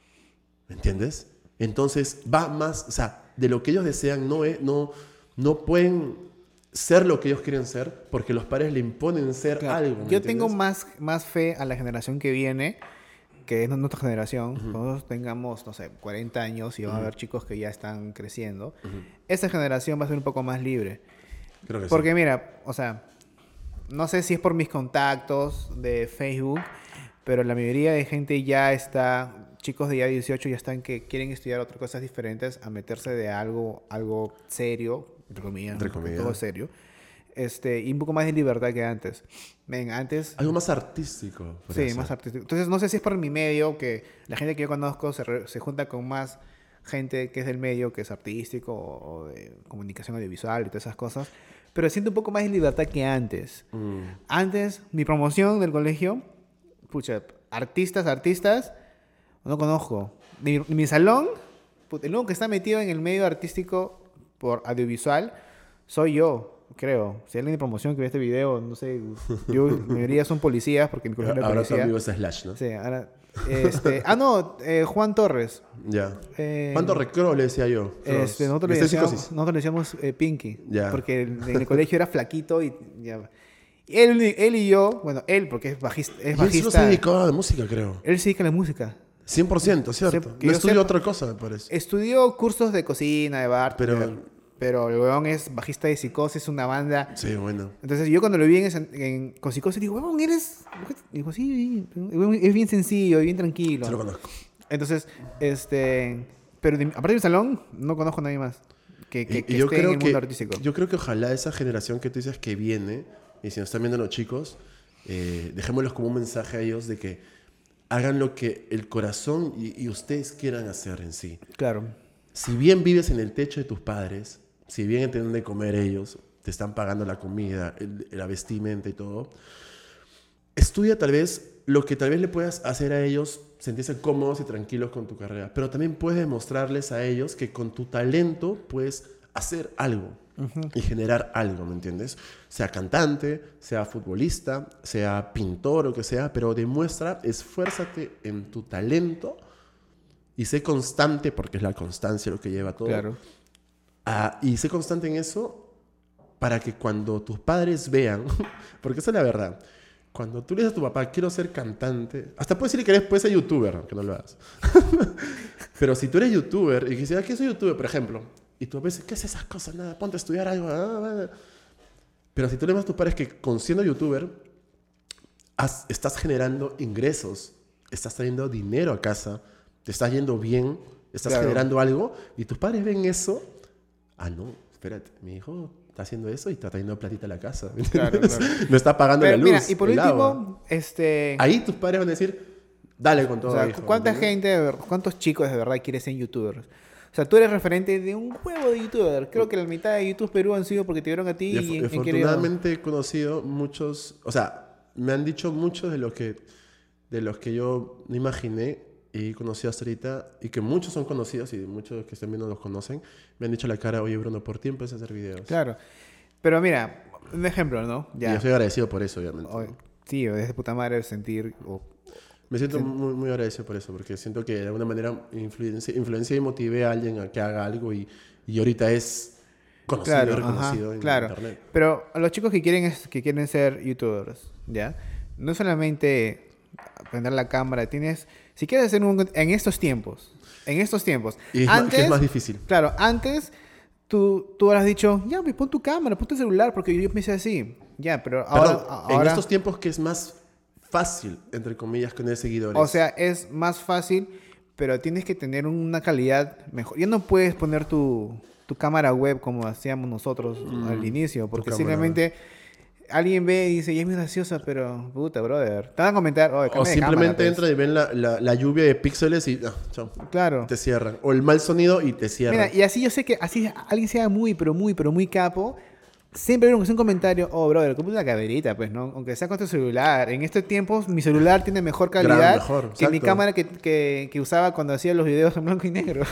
¿Me entiendes? Entonces va más, o sea, de lo que ellos desean, no, es, no, no pueden ser lo que ellos quieren ser porque los padres le imponen ser Claro. algo. ¿me Yo tengo entiendes? más, más fe a la generación que viene, que es nuestra generación. Cuando nosotros tengamos, no sé, cuarenta años y van a haber chicos que ya están creciendo. Esa generación va a ser un poco más libre. Creo que Porque sí. mira, o sea, no sé si es por mis contactos de Facebook, pero la mayoría de gente ya está, chicos de ya dieciocho ya están que quieren estudiar otras cosas diferentes a meterse de algo, algo serio, entre comillas, Entre ¿no? Porque comillas. todo es serio, este, y un poco más de libertad que antes. Ven, antes... Algo más artístico. podría Sí, ser. más artístico. Entonces, no sé si es por mi medio, que la gente que yo conozco se, re- se junta con más gente que es del medio, que es artístico o, o de comunicación audiovisual y todas esas cosas, pero siento un poco más de libertad que antes. Mm. Antes, mi promoción del colegio, pucha, artistas, artistas, no conozco. Mi, mi salón, puta, el único que está metido en el medio artístico por audiovisual soy yo, creo. Si alguien de promoción que ve este video, no sé, yo, la mayoría son policías, porque mi colegio era Ahora tu policía. amigo es Slash, ¿no? Sí, ahora, este, ah, no, eh, Juan Torres. Ya. Eh, ¿Cuánto recreo le decía yo? Este, nosotros, le Está en decíamos, psicosis. nosotros le decíamos eh, Pinky, Ya. porque en en el colegio era flaquito y ya. Y Él, él y yo, bueno, él porque es bajista, es Y él solo se bajista, dedicaba a la música, creo. él se dedica a la música. cien por ciento, ¿cierto? Sí, que no yo estudió sepa- otra cosa, me parece. Estudió cursos de cocina, de bar, Pero- pero, pero el weón es bajista de Psicosis, una banda. Sí, bueno. Entonces yo cuando lo vi en, ese- en- con Psicosis digo, weón, eres... Digo, sí, weón, es bien sencillo, bien tranquilo. Se lo conozco. Entonces, este... Pero de- aparte del salón, no conozco a nadie más que, que, Y- que y yo esté en creo el que mundo artístico. yo creo que ojalá esa generación que tú dices que viene, y si nos están viendo los chicos, eh, dejémoslos como un mensaje a ellos de que hagan lo que el corazón y, y ustedes quieran hacer en sí. Claro. si bien vives en el techo de tus padres, si bien te dan de comer ellos, te están pagando la comida, el, la vestimenta y todo, estudia tal vez lo que tal vez le puedas hacer a ellos sentirse cómodos y tranquilos con tu carrera, pero también puedes demostrarles a ellos que con tu talento puedes hacer algo uh-huh. y generar algo, ¿me entiendes? Sea cantante, sea futbolista, sea pintor o lo que sea, pero demuestra, esfuérzate en tu talento y sé constante, porque es la constancia lo que lleva todo. Claro. Uh, y sé constante en eso para que cuando tus padres vean, porque esa es la verdad, cuando tú le dices a tu papá, quiero ser cantante, hasta puedes decirle que eres, puedes ser youtuber, aunque no lo hagas. Pero si tú eres youtuber y quisieras que soy youtuber, por ejemplo, y tú dices, ¿qué es esas cosas? Nada, ponte a estudiar algo. Ah, pero si tú le dices a tus padres que con siendo youtuber has, estás generando ingresos, estás trayendo dinero a casa, te estás yendo bien, estás claro. generando algo, y tus padres ven eso, ah, no, espérate, mi hijo está haciendo eso y está trayendo platita a la casa. Claro, claro. No está pagando pero, la luz, mira, y por último, agua. este... Ahí tus padres van a decir, dale con todo, o sea, hijo. ¿cuánta ¿entiendes? gente, cuántos chicos de verdad quieren ser youtubers? O sea, tú eres referente de un huevo de youtuber. Creo que la mitad de YouTube Perú han sido porque te vieron a ti. Y, y afortunadamente he conocido muchos, o sea, me han dicho muchos de los que, de los que yo no imaginé y he conocido hasta ahorita, y que muchos son conocidos y muchos que están viendo los conocen, me han dicho a la cara, oye Bruno, por tiempo es hacer videos. Claro. Pero mira, un ejemplo, ¿no? Ya. Y yo estoy agradecido por eso, obviamente. O, sí, o desde puta madre sentir... O, me siento sí. muy, muy agradecido por eso, porque siento que de alguna manera influencia, influencia y motivé a alguien a que haga algo y, y ahorita es conocido claro, y reconocido ajá, en claro. internet. Pero a los chicos que quieren, que quieren ser youtubers, ¿ya? No solamente prender la cámara, tienes... Si quieres hacer un... En estos tiempos, en estos tiempos... Y es, antes, más, que es más difícil. Claro, antes tú, tú habrás dicho, ya, pues pon tu cámara, pon tu celular, porque yo pensé así. Ya, pero ahora... Perdón, ahora en estos tiempos que es más fácil, entre comillas, tener seguidores. O sea, es más fácil, pero tienes que tener una calidad mejor. Ya no puedes poner tu, tu cámara web como hacíamos nosotros mm, al inicio, porque simplemente alguien ve y dice, ya es muy graciosa, pero puta, brother. Te van a comentar, oh, o simplemente entran y ven la, la, la lluvia de píxeles y ah, chao. Claro. Te cierran. O el mal sonido y te cierran. Mira, y así yo sé que así alguien sea muy, pero muy, pero muy capo. Siempre hay un comentario, oh, brother, como una caderita, pues, ¿no? Aunque sea con tu celular. En estos tiempos, mi celular tiene mejor calidad Gran, mejor, que exacto. mi cámara que, que, que usaba cuando hacía los videos en blanco y negro.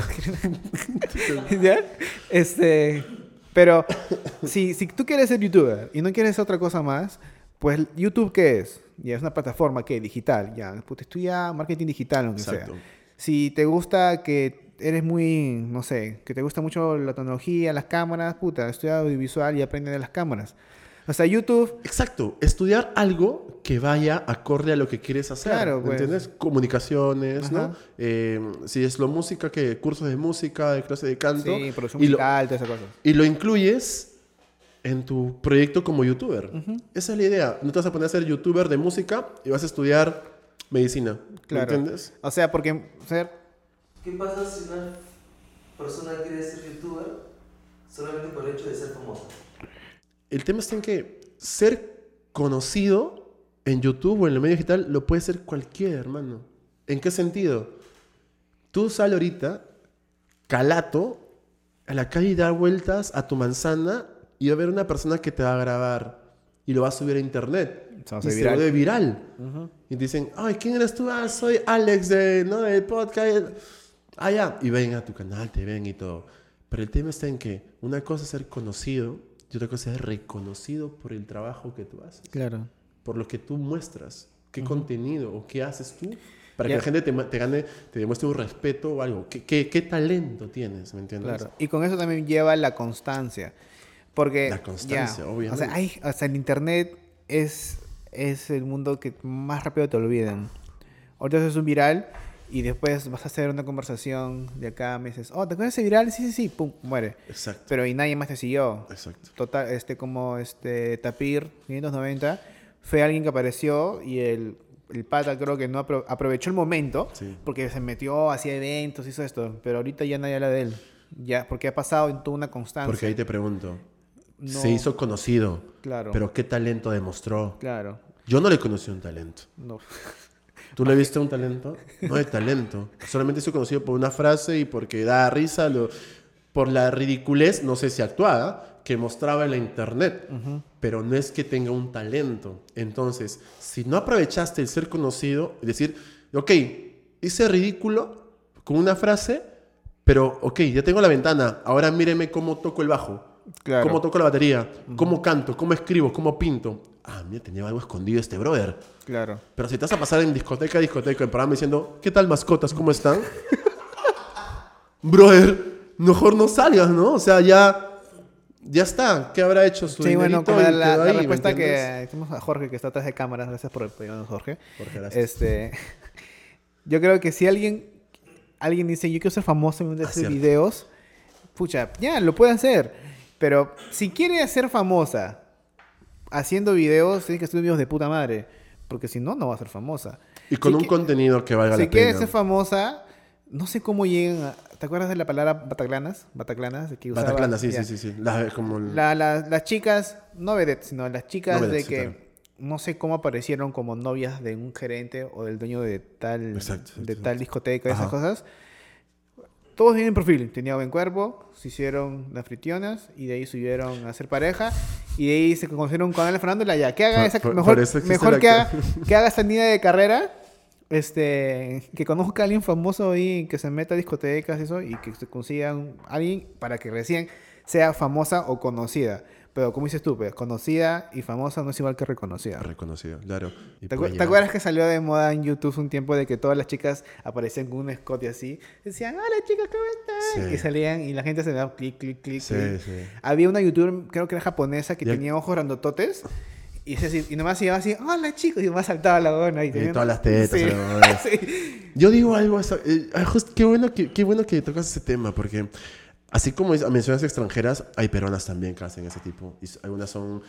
¿Ya? Este... Pero si, si tú quieres ser youtuber y no quieres otra cosa más, pues YouTube, ¿qué es? Ya es una plataforma, ¿qué? Digital. Ya, pues estudia marketing digital, aunque Exacto. sea. Si te gusta que eres muy, no sé, que te gusta mucho la tecnología, las cámaras, puta, estudia audiovisual y aprende de las cámaras. O sea, YouTube... Exacto. Estudiar algo que vaya acorde a lo que quieres hacer. Claro, ¿me pues. entiendes? Comunicaciones, Ajá. ¿no? Eh, si es lo música, que cursos de música, de clase de canto. Sí, producción musical, todas esas cosas. Y lo incluyes en tu proyecto como youtuber. Uh-huh. Esa es la idea. No te vas a poner a ser youtuber de música y vas a estudiar medicina. Claro. ¿Me entiendes? O sea, porque... O sea, ¿qué pasa si una persona quiere ser youtuber solamente por el hecho de ser famosa? El tema está en que ser conocido en YouTube o en el medio digital lo puede ser cualquiera, hermano. ¿En qué sentido? Tú sal ahorita, calato, a la calle y da vueltas a tu manzana y va a haber una persona que te va a grabar y lo va a subir a internet. Se y se lo de viral. Uh-huh. Y te dicen, ay, ¿quién eres tú? Ah, soy Alex de, ¿no? del podcast. Ah, ya. Y ven a tu canal, te ven y todo. Pero el tema está en que una cosa es ser conocido y otra cosa es reconocido por el trabajo que tú haces. Claro. Por lo que tú muestras. ¿Qué uh-huh. contenido o qué haces tú? Para yeah. que la gente te, te gane, te demuestre un respeto o algo. ¿Qué, qué, qué talento tienes? ¿Me entiendes? Claro. Y con eso también lleva la constancia. Porque... La constancia, ya, obviamente. O sea, hay, o sea, el internet es, es el mundo que más rápido te olvidan. Ahorita haces un viral y después vas a hacer una conversación de acá meses. Oh, ¿te acuerdas de ese viral? Sí, sí, sí. Pum, muere. Exacto. Pero y nadie más te siguió. Exacto. Total, este, como este Tapir quinientos noventa fue alguien que apareció y el, el pata creo que no apro- aprovechó el momento sí. porque se metió, hacía eventos, hizo esto. Pero ahorita ya nadie habla de él. Ya, porque ha pasado en toda una constancia. Porque ahí te pregunto. No. Se hizo conocido. Claro. Pero ¿qué talento demostró? Claro. Yo no le conocí un talento. No. ¿Tú le viste un talento? No hay talento. Solamente soy conocido por una frase y porque da risa, lo, por la ridiculez, no sé si actuada, que mostraba en la internet. Uh-huh. Pero no es que tenga un talento. Entonces, si no aprovechaste el ser conocido, es decir, ok, hice ridículo con una frase, pero ok, ya tengo la ventana, ahora míreme cómo toco el bajo. Claro. Cómo toco la batería, uh-huh. cómo canto, cómo escribo, cómo pinto. Ah, mira, tenía algo escondido este brother. Claro. Pero si te vas a pasar en discoteca a discoteca, en programa diciendo, ¿qué tal mascotas? ¿Cómo están? Brother, mejor no salgas, ¿no? O sea, ya, ya está. ¿Qué habrá hecho su Sí, bueno, como la, la ahí, respuesta que hicimos a Jorge, que está atrás de cámaras. Gracias por pedirnos, Jorge. Jorge, gracias. Este, yo creo que si alguien, alguien dice, yo quiero ser famoso en de hacer videos, pucha, ya, lo puede hacer. Pero si quiere ser famosa haciendo videos, tiene que hacer videos de puta madre. Porque si no, no va a ser famosa. Y con si un que, contenido que valga si la pena. Si quiere ser famosa, no sé cómo llegan a... ¿Te acuerdas de la palabra bataclanas? Bataclanas. Que usaba, bataclanas, sí, ya. sí, sí, sí. La, como el... la, la, las chicas, no vedettes, sino las chicas no de vedettes, que... Sí, claro. No sé cómo aparecieron como novias de un gerente o del dueño de tal, exacto, de exacto. tal discoteca, esas Ajá. cosas. Todos tienen perfil, tenían buen cuerpo, se hicieron las fritionas y de ahí subieron a ser pareja y de ahí se conocieron con Ana Fernanda ya que haga por, esa por, mejor, por mejor que haga, que haga esa niña de carrera, este, que conozca a alguien famoso y que se meta a discotecas y eso y que se consigan a alguien para que recién sea famosa o conocida. Pero como dices tú, pues, conocida y famosa no es igual que reconocida. Reconocida, claro. ¿Te, acu- ¿Te acuerdas que salió de moda en YouTube un tiempo de que todas las chicas aparecían con un escote así? Decían, hola chicas, ¿cómo están? Sí. Y salían y la gente se daba clic, clic, clic. Sí, clic. sí. Había una youtuber, creo que era japonesa, que ya. tenía ojos grandototes. Y, se, y nomás iba así, hola chicos, y nomás saltaba la gona. Y, y tenían... todas las tetas. Sí. Sí. Yo digo algo, eso, eh, just, qué, bueno que, qué bueno que tocas ese tema, porque... Así como mencionas extranjeras, hay peruanas también que hacen ese tipo. Y algunas son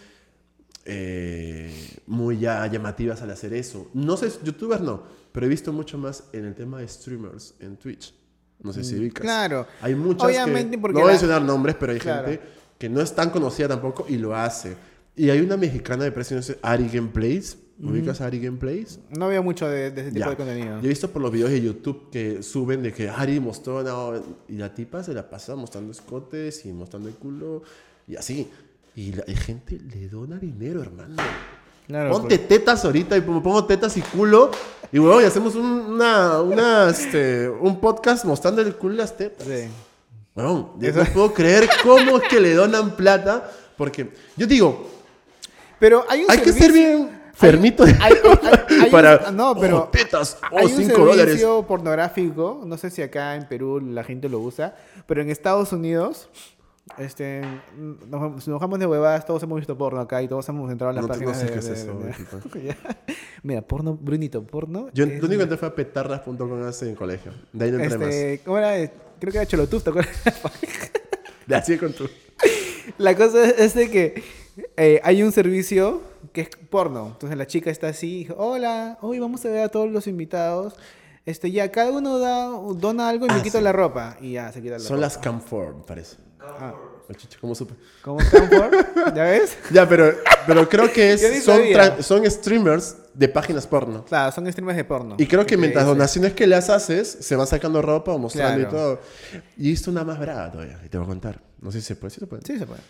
eh, muy ya llamativas al hacer eso. No sé, youtubers no, pero he visto mucho más en el tema de streamers en Twitch. No sé si ubicas. Claro. Hay muchas Obviamente, que, porque no voy a la... mencionar nombres, pero hay claro. gente que no es tan conocida tampoco y lo hace. Y hay una mexicana de precio, no sé, Ari Gameplays. ¿Ubicas a Ari Gameplays? No veo mucho de, de ese tipo ya. de contenido. Yo he visto por los videos de YouTube que suben de que Ari mostró no, y la tipa se la pasa mostrando escotes y mostrando el culo y así. Y la, la gente le dona dinero, hermano. Claro, ponte porque... tetas ahorita y pongo tetas y culo y bueno, y hacemos un, una, una, este, un podcast mostrando el culo y las tetas. Sí. Bueno, yo no puedo creer cómo es que le donan plata porque yo digo, pero hay, un hay servicio... que ser bien... Fermito hay, hay, hay, hay para un, no, pero oh, tetas, oh, hay cinco un dólares. servicio pornográfico, no sé si acá en Perú la gente lo usa, pero en Estados Unidos, este, nos, nos bajamos de huevadas, todos hemos visto porno acá y todos hemos entrado a las no, páginas no sé de, qué es de, eso. de, de, Mira, porno, Brunito, porno. Yo es, lo único que entré fue a petardas punto com hace en colegio. De ahí no entré este, más. ¿Cómo era? Creo que era Cholotuf, ¿te acuerdas? De así con tú. La cosa es de que eh, hay un servicio que es porno. Entonces la chica está así y dijo, hola, hoy vamos a ver a todos los invitados. Este, ya, cada uno da, dona algo y ah, me quito sí. la ropa. Y ya, se quita la Son ropa. Son las Camfor, me parece. Ah. ¿Cómo supe? ¿Cómo Camfor? ¿Ya ves? Ya, pero, pero creo que es, son, son streamers de páginas porno. Claro, son streamers de porno. Y creo que mientras donaciones que las haces, se van sacando ropa o mostrando claro. y todo. Y esto una más brava todavía, y te voy a contar. No sé si se puede. ¿Sí se puede? Sí se puede.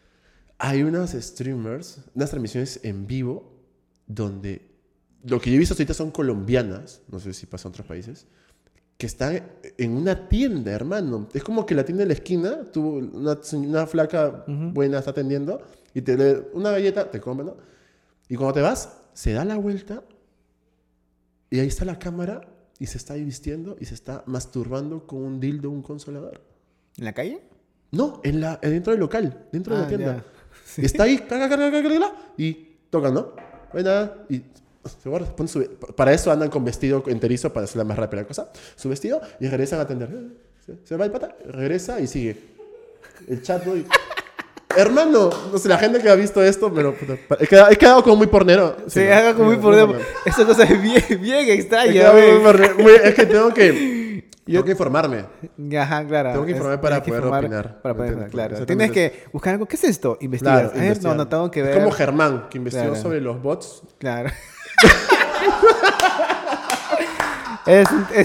Hay unos streamers, unas transmisiones en vivo, donde lo que yo he visto ahorita son colombianas, no sé si pasa en otros países, que están en una tienda, hermano. Es como que la tienda de la esquina, tú, una, una flaca uh-huh. buena está atendiendo, y te le una galleta, te come, ¿no? Y cuando te vas, se da la vuelta, y ahí está la cámara, y se está ahí vistiendo, y se está masturbando con un dildo, un consolador. ¿En la calle? No, en la, dentro del local, dentro ah, de la tienda. Sí. Está ahí, carga, carga, carga, carga, y tocan, ¿no? Bueno, y se guarda, pone su, para eso andan con vestido enterizo para hacerla más rápida la cosa. Su vestido y regresan a atender. Se, se va el pata, regresa y sigue. El chat, ¿no? Y, hermano, no sé, la gente que ha visto esto, pero he quedado, he quedado como muy pornero. Sí, he quedado como muy pornero. Esa cosa es bien, bien extraña. Muy, muy, es que tengo que... Yo tengo que informarme. Ajá, claro. Tengo que informarme es, para poder opinar. Para poder opinar, claro. Tienes que buscar algo. ¿Qué es esto? Investigar. Claro, ver, no, no tengo que ver. Es como Germán, que investigó claro. sobre los bots. Claro. Es, es,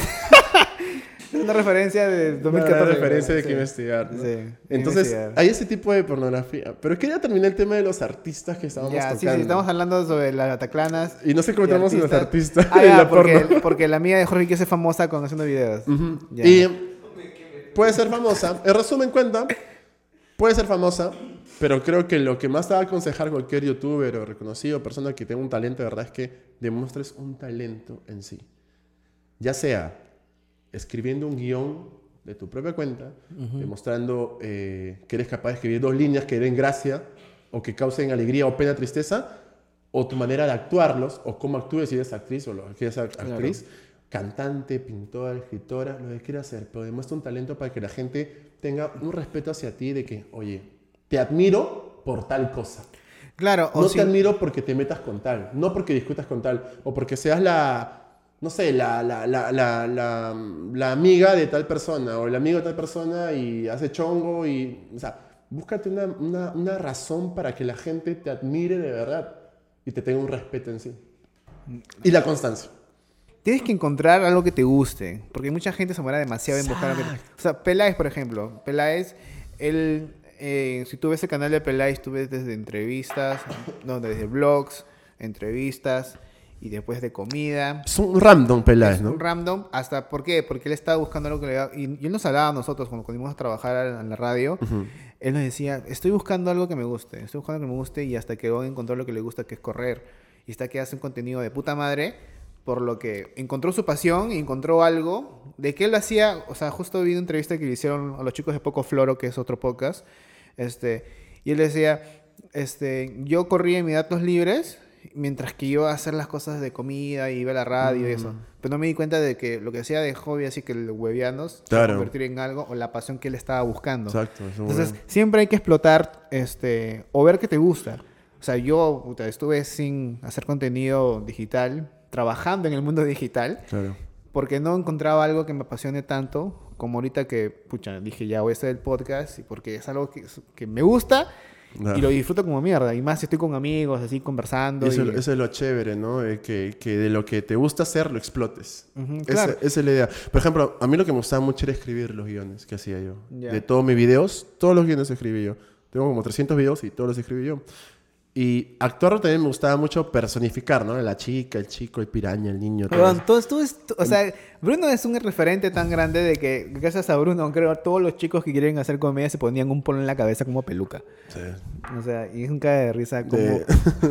es una referencia de dos mil catorce. Una referencia de sí. que investigar, ¿no? Sí, Entonces, investigar. hay ese tipo de pornografía. Pero quería terminar el tema de los artistas que estábamos Ya, sí, tocando. sí, estamos hablando sobre las Bataclanas. Y no sé cómo y entramos en los artistas Ah, y ya, la porque, porno. porque la amiga de Jorge que es famosa con haciendo videos. Ujú. Ya. Y puede ser famosa. En resumen, cuenta, puede ser famosa, pero creo que lo que más te va a aconsejar cualquier youtuber o reconocido persona que tenga un talento de verdad es que demuestres un talento en sí. Ya sea escribiendo un guión de tu propia cuenta, uh-huh. demostrando eh, que eres capaz de escribir dos líneas que den gracia o que causen alegría o pena, tristeza, o tu manera de actuarlos, o cómo actúes si eres actriz o lo que quieras ser actriz, claro. Cantante, pintora, escritora, lo que quieras hacer, pero demuestra un talento para que la gente tenga un respeto hacia ti de que, oye, te admiro por tal cosa. Claro. No o te si... admiro porque te metas con tal, no porque discutas con tal, o porque seas la, no sé, la, la, la, la, la, la amiga de tal persona, o el amigo de tal persona y hace chongo y, o sea, búscate una, una, una razón para que la gente te admire de verdad y te tenga un respeto en sí. Y la constancia. Tienes que encontrar algo que te guste, porque mucha gente se muera demasiado en buscar algo que... O sea, Peláez, por ejemplo. Peláez, él... Eh, si tú ves el canal de Peláez, tú ves desde entrevistas, no, desde blogs, entrevistas y después de comida. Es un random Peláez, ¿no? Un random, hasta, ¿por qué? Porque él estaba buscando algo que le... Y, y él nos hablaba a nosotros cuando, cuando íbamos a trabajar en la radio. Uh-huh. Él nos decía, estoy buscando algo que me guste, estoy buscando algo que me guste y hasta que hoy encontró lo que le gusta, que es correr. Y está que hace un contenido de puta madre, por lo que encontró su pasión y encontró algo de que él hacía. O sea, justo vi una entrevista que le hicieron a los chicos de Poco Floro, que es otro podcast, este, y él decía, este, yo corría en mis datos libres mientras que yo hacer las cosas de comida y iba a la radio mm. y eso, pero no me di cuenta de que lo que hacía de hobby, así que el huevianos, claro. se iba a convertir en algo, o la pasión que él estaba buscando. Exacto. Entonces bueno. siempre hay que explotar, este, o ver qué te gusta. O sea, yo puta, estuve sin hacer contenido digital, trabajando en el mundo digital, claro. porque no encontraba algo que me apasione tanto como ahorita que, pucha, dije ya voy a hacer el podcast, y porque es algo que, que me gusta no. y lo disfruto como mierda. Y más si estoy con amigos, así conversando. Eso, y... eso es lo chévere, ¿no? Eh, que, que de lo que te gusta hacer lo explotes. Uh-huh, claro. Esa, esa es la idea. Por ejemplo, a mí lo que me gustaba mucho era escribir los guiones que hacía yo. Yeah. De todos mis videos, todos los guiones escribí yo. Tengo como trescientos videos y todos los escribí yo. Y actuar también me gustaba mucho personificar, ¿no? La chica, el chico, el piraña, el niño. Todo Bueno, todo esto es, o sea, Bruno es un referente tan grande de que gracias a Bruno, creo, todos los chicos que quieren hacer comedia se ponían un polo en la cabeza como peluca. Sí. O sea, y es un cae de risa como... De...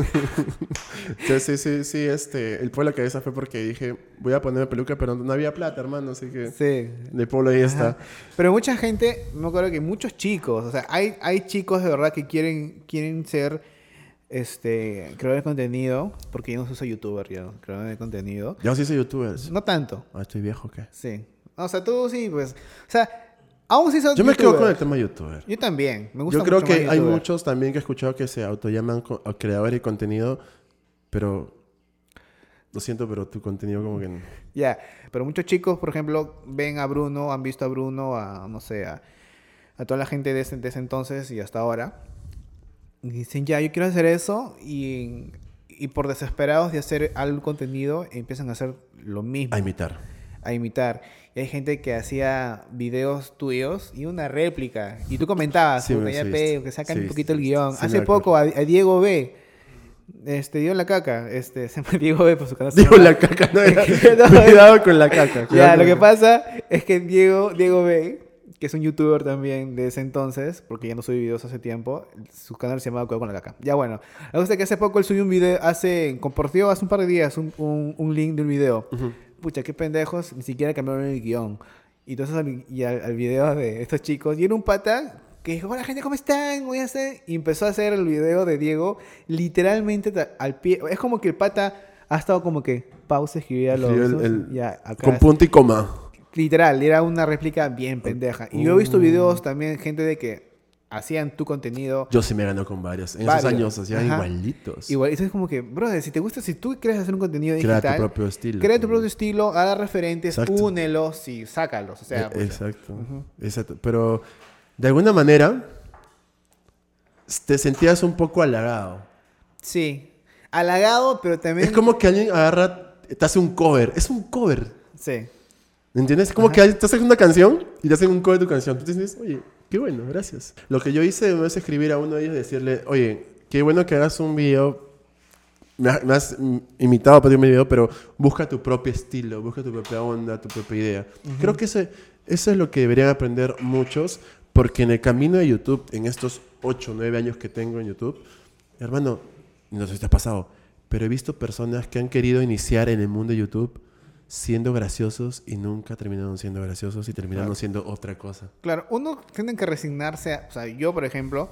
sí, sí, sí, sí, este, el polo en la cabeza fue porque dije, voy a ponerme peluca, pero no había plata, hermano, así que... Sí. De polo ahí está. Ajá. Pero mucha gente, me acuerdo que muchos chicos, o sea, hay, hay chicos de verdad que quieren, quieren ser... Este, creador de contenido, porque yo no soy youtuber, yo, creador de contenido. Yo sí soy youtuber. No tanto. Ah, ¿estoy viejo o qué? Sí. O sea, tú sí, pues. O sea, aún sí son Yo me quedo con el tema youtuber. Yo también. Me gusta Yo creo mucho que más hay YouTuber. muchos también que he escuchado que se autollaman co- creadores de contenido, pero lo siento, pero tu contenido como que no. Ya, yeah. Pero muchos chicos, por ejemplo, ven a Bruno, han visto a Bruno, a, no sé, a, a toda la gente de ese, de ese entonces y hasta ahora. Y dicen, ya, yo quiero hacer eso. Y, y por desesperados de hacer algún contenido, empiezan a hacer lo mismo. A imitar. A imitar. Y hay gente que hacía videos tuyos y una réplica. Y tú comentabas, Sí, puta, sí, ya sí, pe, que sacan sí, un poquito sí, el guión. sí, sí, Hace me poco a, a Diego B. Este, dio la caca. Este, se me Diego B por su canal. Digo la caca, no era. No, Cuidado con la caca. Ya, lo que pasa es que Diego, Diego B, que es un youtuber también de ese entonces, porque ya no subí videos hace tiempo, su canal se llamaba Cuidado con la caca. Ya bueno, la cosa es que hace poco él subió un video, hace, compartió hace un par de días un, un, un link de un video. Uh-huh. Pucha, qué pendejos, ni siquiera cambiaron el guión. Y entonces al, y al, al video de estos chicos, y era un pata que dijo, hola gente, ¿cómo están? Voy a hacer... Y empezó a hacer el video de Diego literalmente al pie. Es como que el pata ha estado como que pausa, escribía los... El, el, ya, acá con punto y coma. Literal, era una réplica bien pendeja. Y yo he visto videos también, gente de que hacían tu contenido. Yo sí me ganó con varios. En varios. esos años hacían Ajá. igualitos. Igual, es como que, brother, si te gusta, si tú quieres hacer un contenido crea digital, tu propio estilo. Crea tu propio estilo, haga referentes, Exacto. únelos y sácalos. O sea, eh, pues, exacto, uh-huh. exacto. Pero de alguna manera te sentías un poco halagado. Sí, halagado, pero también... Es como que alguien agarra, te hace un cover. Es un cover. Sí. ¿Entiendes? Como Ajá. que te hacen una canción y te hacen un cover de tu canción. Tú dices, oye, qué bueno, gracias. Lo que yo hice es escribir a uno de ellos y decirle, oye, qué bueno que hagas un video. Me has, me has imitado para mi video, pero busca tu propio estilo, busca tu propia onda, tu propia idea. Uh-huh. Creo que ese, eso es lo que deberían aprender muchos, porque en el camino de YouTube, en estos ocho o nueve años que tengo en YouTube, hermano, no sé si te ha pasado, pero he visto personas que han querido iniciar en el mundo de YouTube siendo graciosos y nunca terminaron siendo graciosos y terminaron claro. siendo otra cosa. Claro, uno tiene que resignarse a, o sea, yo, por ejemplo,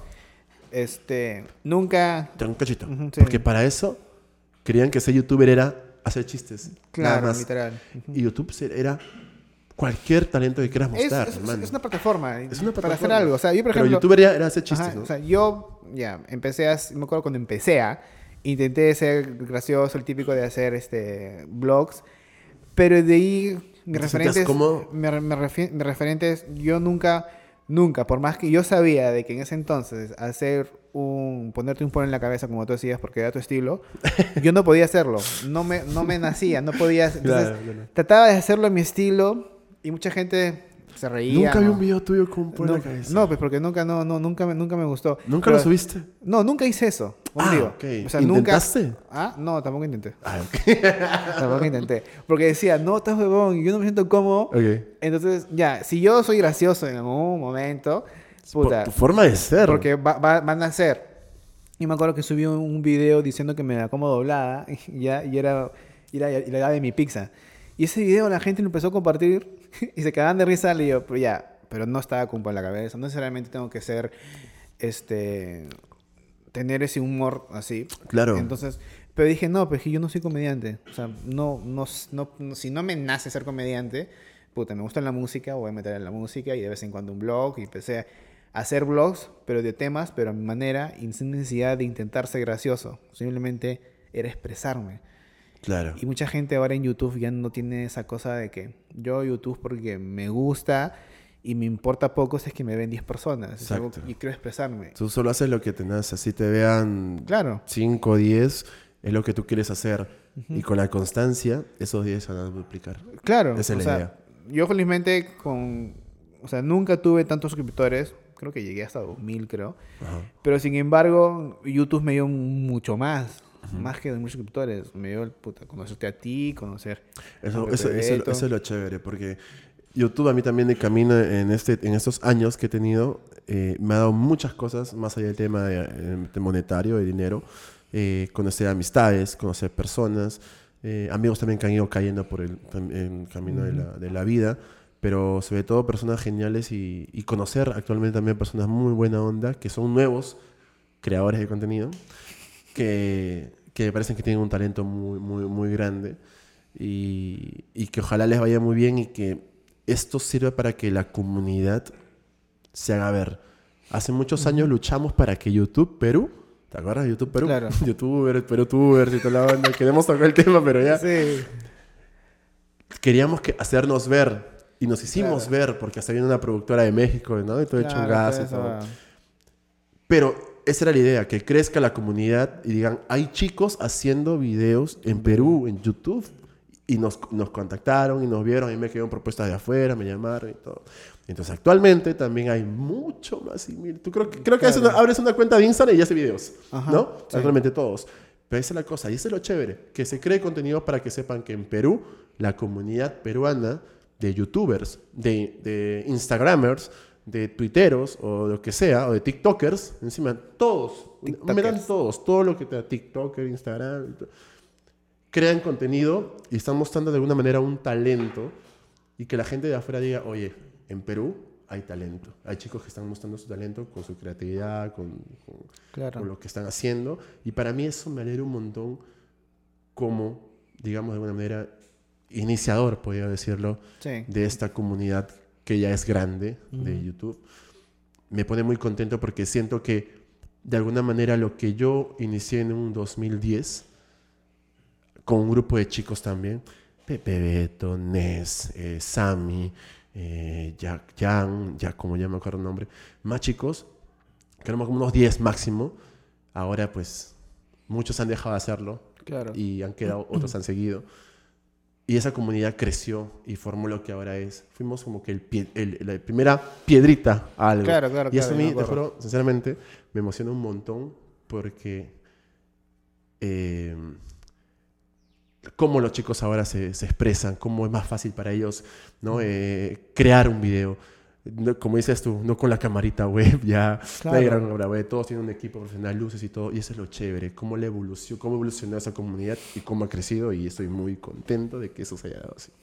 este, nunca... Un cachito. Uh-huh, sí. Porque para eso creían que ser youtuber era hacer chistes. Claro, nada más. literal. Uh-huh. Y YouTube era cualquier talento que quieras mostrar, es, es, hermano. Es una plataforma. Es una plataforma. Para hacer algo. O sea, yo, por ejemplo... Pero youtuber era, era hacer chistes, ajá, ¿no? O sea, yo, ya, empecé a... Me acuerdo cuando empecé a... Intenté ser gracioso, el típico de hacer este vlogs. Pero de ahí, mis referentes, me, me, refi- mis referentes, yo nunca, nunca, por más que yo sabía de que en ese entonces hacer un, ponerte un polo en la cabeza como tú decías, porque era tu estilo, yo no podía hacerlo, no me, no me nacía, no podía, entonces claro, claro. trataba de hacerlo a mi estilo y mucha gente se reía. Nunca vi ¿no? un video tuyo con un polo no, en la cabeza. No, pues porque nunca, no, no, nunca, nunca me gustó. ¿Nunca Pero, lo subiste? No, nunca hice eso. Ah, digo. ok. O sea, ¿Intentaste? Nunca... Ah, no, tampoco intenté. Ah, ok. Tampoco intenté. Porque decía, no, estás huevón, y yo no me siento cómodo. Okay. Entonces, ya, si yo soy gracioso en algún momento, puta. Por tu forma de ser. Porque va, va, van a ser. Y me acuerdo que subí un, un video diciendo que me la como doblada, y, ya, y era, y era, y era de mi pizza. Y ese video la gente lo empezó a compartir, y se cagaban de risa, le digo, pero ya, pero no estaba con en la cabeza, no necesariamente tengo que ser, este... tener ese humor así. Claro. Entonces, pero dije, no, pues yo no soy comediante. O sea, no, no, no, no, si no me nace ser comediante, puta, me gusta la música, voy a meter en la música y de vez en cuando un blog. Y empecé a hacer blogs, pero de temas, pero a mi manera, y sin necesidad de intentar ser gracioso. Simplemente era expresarme. Claro. Y mucha gente ahora en YouTube ya no tiene esa cosa de que yo YouTube porque me gusta... Y me importa poco si es que me ven diez personas. Es algo, y quiero expresarme. Tú solo haces lo que te nace. Así te vean claro. cinco o diez, es lo que tú quieres hacer. Uh-huh. Y con la constancia, esos diez se van a multiplicar. Claro. Esa es la sea, idea. Yo felizmente con... O sea, nunca tuve tantos suscriptores. Creo que llegué hasta dos mil, creo. Uh-huh. Pero sin embargo, YouTube me dio mucho más. Uh-huh. Más que muchos suscriptores. Me dio, puta, conocerte a ti, conocer... Eso, eso, eso, eso es lo chévere, porque... YouTube a mí también de camino en, este, en estos años que he tenido eh, me ha dado muchas cosas más allá del tema de, de monetario, de dinero. Eh, conocer amistades, conocer personas, eh, amigos también que han ido cayendo por el, el camino mm. de, la, de la vida, pero sobre todo personas geniales y, y conocer actualmente también personas muy buena onda, que son nuevos creadores de contenido, que, que me parecen que tienen un talento muy, muy, muy grande y, y que ojalá les vaya muy bien y que esto sirve para que la comunidad se haga ver. Hace muchos años luchamos para que YouTube Perú, ¿te acuerdas de YouTube Perú? Claro. YouTuber, Perutubers y toda la banda. Queremos tocar el tema, pero ya. Sí. Queríamos que hacernos ver y nos hicimos claro. ver porque hasta viene una productora de México, ¿no? Y todo claro, hecho un gas y todo. Pero esa era la idea, que crezca la comunidad y digan, hay chicos haciendo videos en Perú, en YouTube. Y nos, nos contactaron y nos vieron. A mí me quedaron propuestas de afuera, me llamaron y todo. Entonces, actualmente también hay mucho más. Tú creo, creo que claro. una, abres una cuenta de Instagram y ya hace videos, Ajá, ¿no? Sí. Actualmente todos. Pero esa es la cosa. Y eso es lo chévere. Que se cree contenido para que sepan que en Perú, la comunidad peruana de YouTubers, de, de Instagramers, de Twitteros o lo que sea, o de TikTokers, encima, todos. TikTokers. Me dan todos. Todo lo que te da TikToker, Instagram... crean contenido y están mostrando de alguna manera un talento y que la gente de afuera diga, oye, en Perú hay talento. Hay chicos que están mostrando su talento con su creatividad, con, con, claro. con lo que están haciendo. Y para mí eso me alegra un montón como, digamos de alguna manera, iniciador, podría decirlo, sí. de esta comunidad que ya es grande uh-huh. de YouTube. Me pone muy contento porque siento que de alguna manera lo que yo inicié en un dos mil diez... con un grupo de chicos también, Pepe Beto, Nes, eh, Sammy, eh, Jack, Jan, ya como ya me acuerdo el nombre, más chicos, que éramos como unos diez máximo, ahora pues muchos han dejado de hacerlo claro. y han quedado, otros han seguido. y esa comunidad creció y formó lo que ahora es. Fuimos como que el pie, el, la primera piedrita a algo. Claro, claro, y eso claro, a mí, me te acuerdo. juro, sinceramente, me emociona un montón porque eh, cómo los chicos ahora se, se expresan, cómo es más fácil para ellos, ¿no? eh, crear un video. No, como dices tú, no con la camarita web, ya Claro. nadie graba una web, todos tienen un equipo profesional, luces y todo, y eso es lo chévere, cómo la evolución, cómo evolucionó esa comunidad y cómo ha crecido, y estoy muy contento de que eso se haya dado así.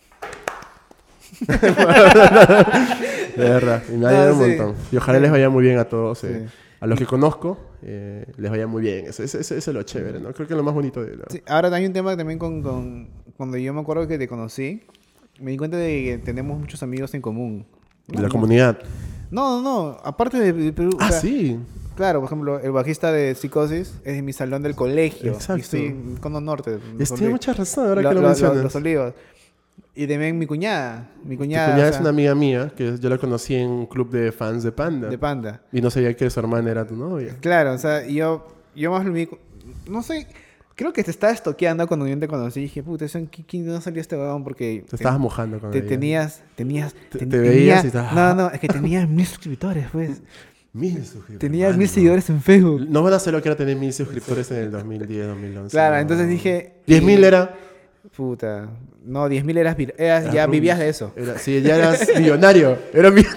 De verdad, y me alegra No, un sí. montón. Y ojalá les vaya muy bien a todos, eh, Sí. a los que conozco, eh, les vaya muy bien. Eso, eso, eso, eso es lo chévere, ¿no? Creo que es lo más bonito de la... Sí, ahora hay un tema también con, con... Cuando yo me acuerdo que te conocí, me di cuenta de que tenemos muchos amigos en común. de No, la no. comunidad. No, no, no. Aparte de, de Perú... o Ah, sea, sí. Claro, por ejemplo, el bajista de Psicosis es de mi salón del colegio. Exacto. Y estoy en Cono Norte. Los Tiene Oli- mucha razón ahora lo- que lo, lo- lo- mencionas. Los Olivos. Y también mi cuñada. Mi Tu cuñada, cuñada o es sea, una amiga mía, que yo la conocí en un club de fans de Panda. de Panda. Y no sabía que su hermana era tu novia. Claro, o sea, y yo, yo más lo vi... No sé... Creo que te estaba estoqueando cuando yo te conocí. Y dije, puta, ¿eso en qué- quién no salió este huevón? Porque... Te estabas mojando con te, ella. tenías... Tenías... Te- ten- te tenía- veías y estabas- No, no, es que tenías mil suscriptores, pues. Mil suscriptores. Tenías Mano. mil seguidores en Facebook. No van a hacer lo que era tener mil suscriptores en el dos mil diez, dos mil once. Claro, no. entonces dije... diez mil y- era... Puta. No, diez mil eras, vir- eras- Eras ya rubio. vivías de eso. Era, sí, ya eras millonario. Era mi...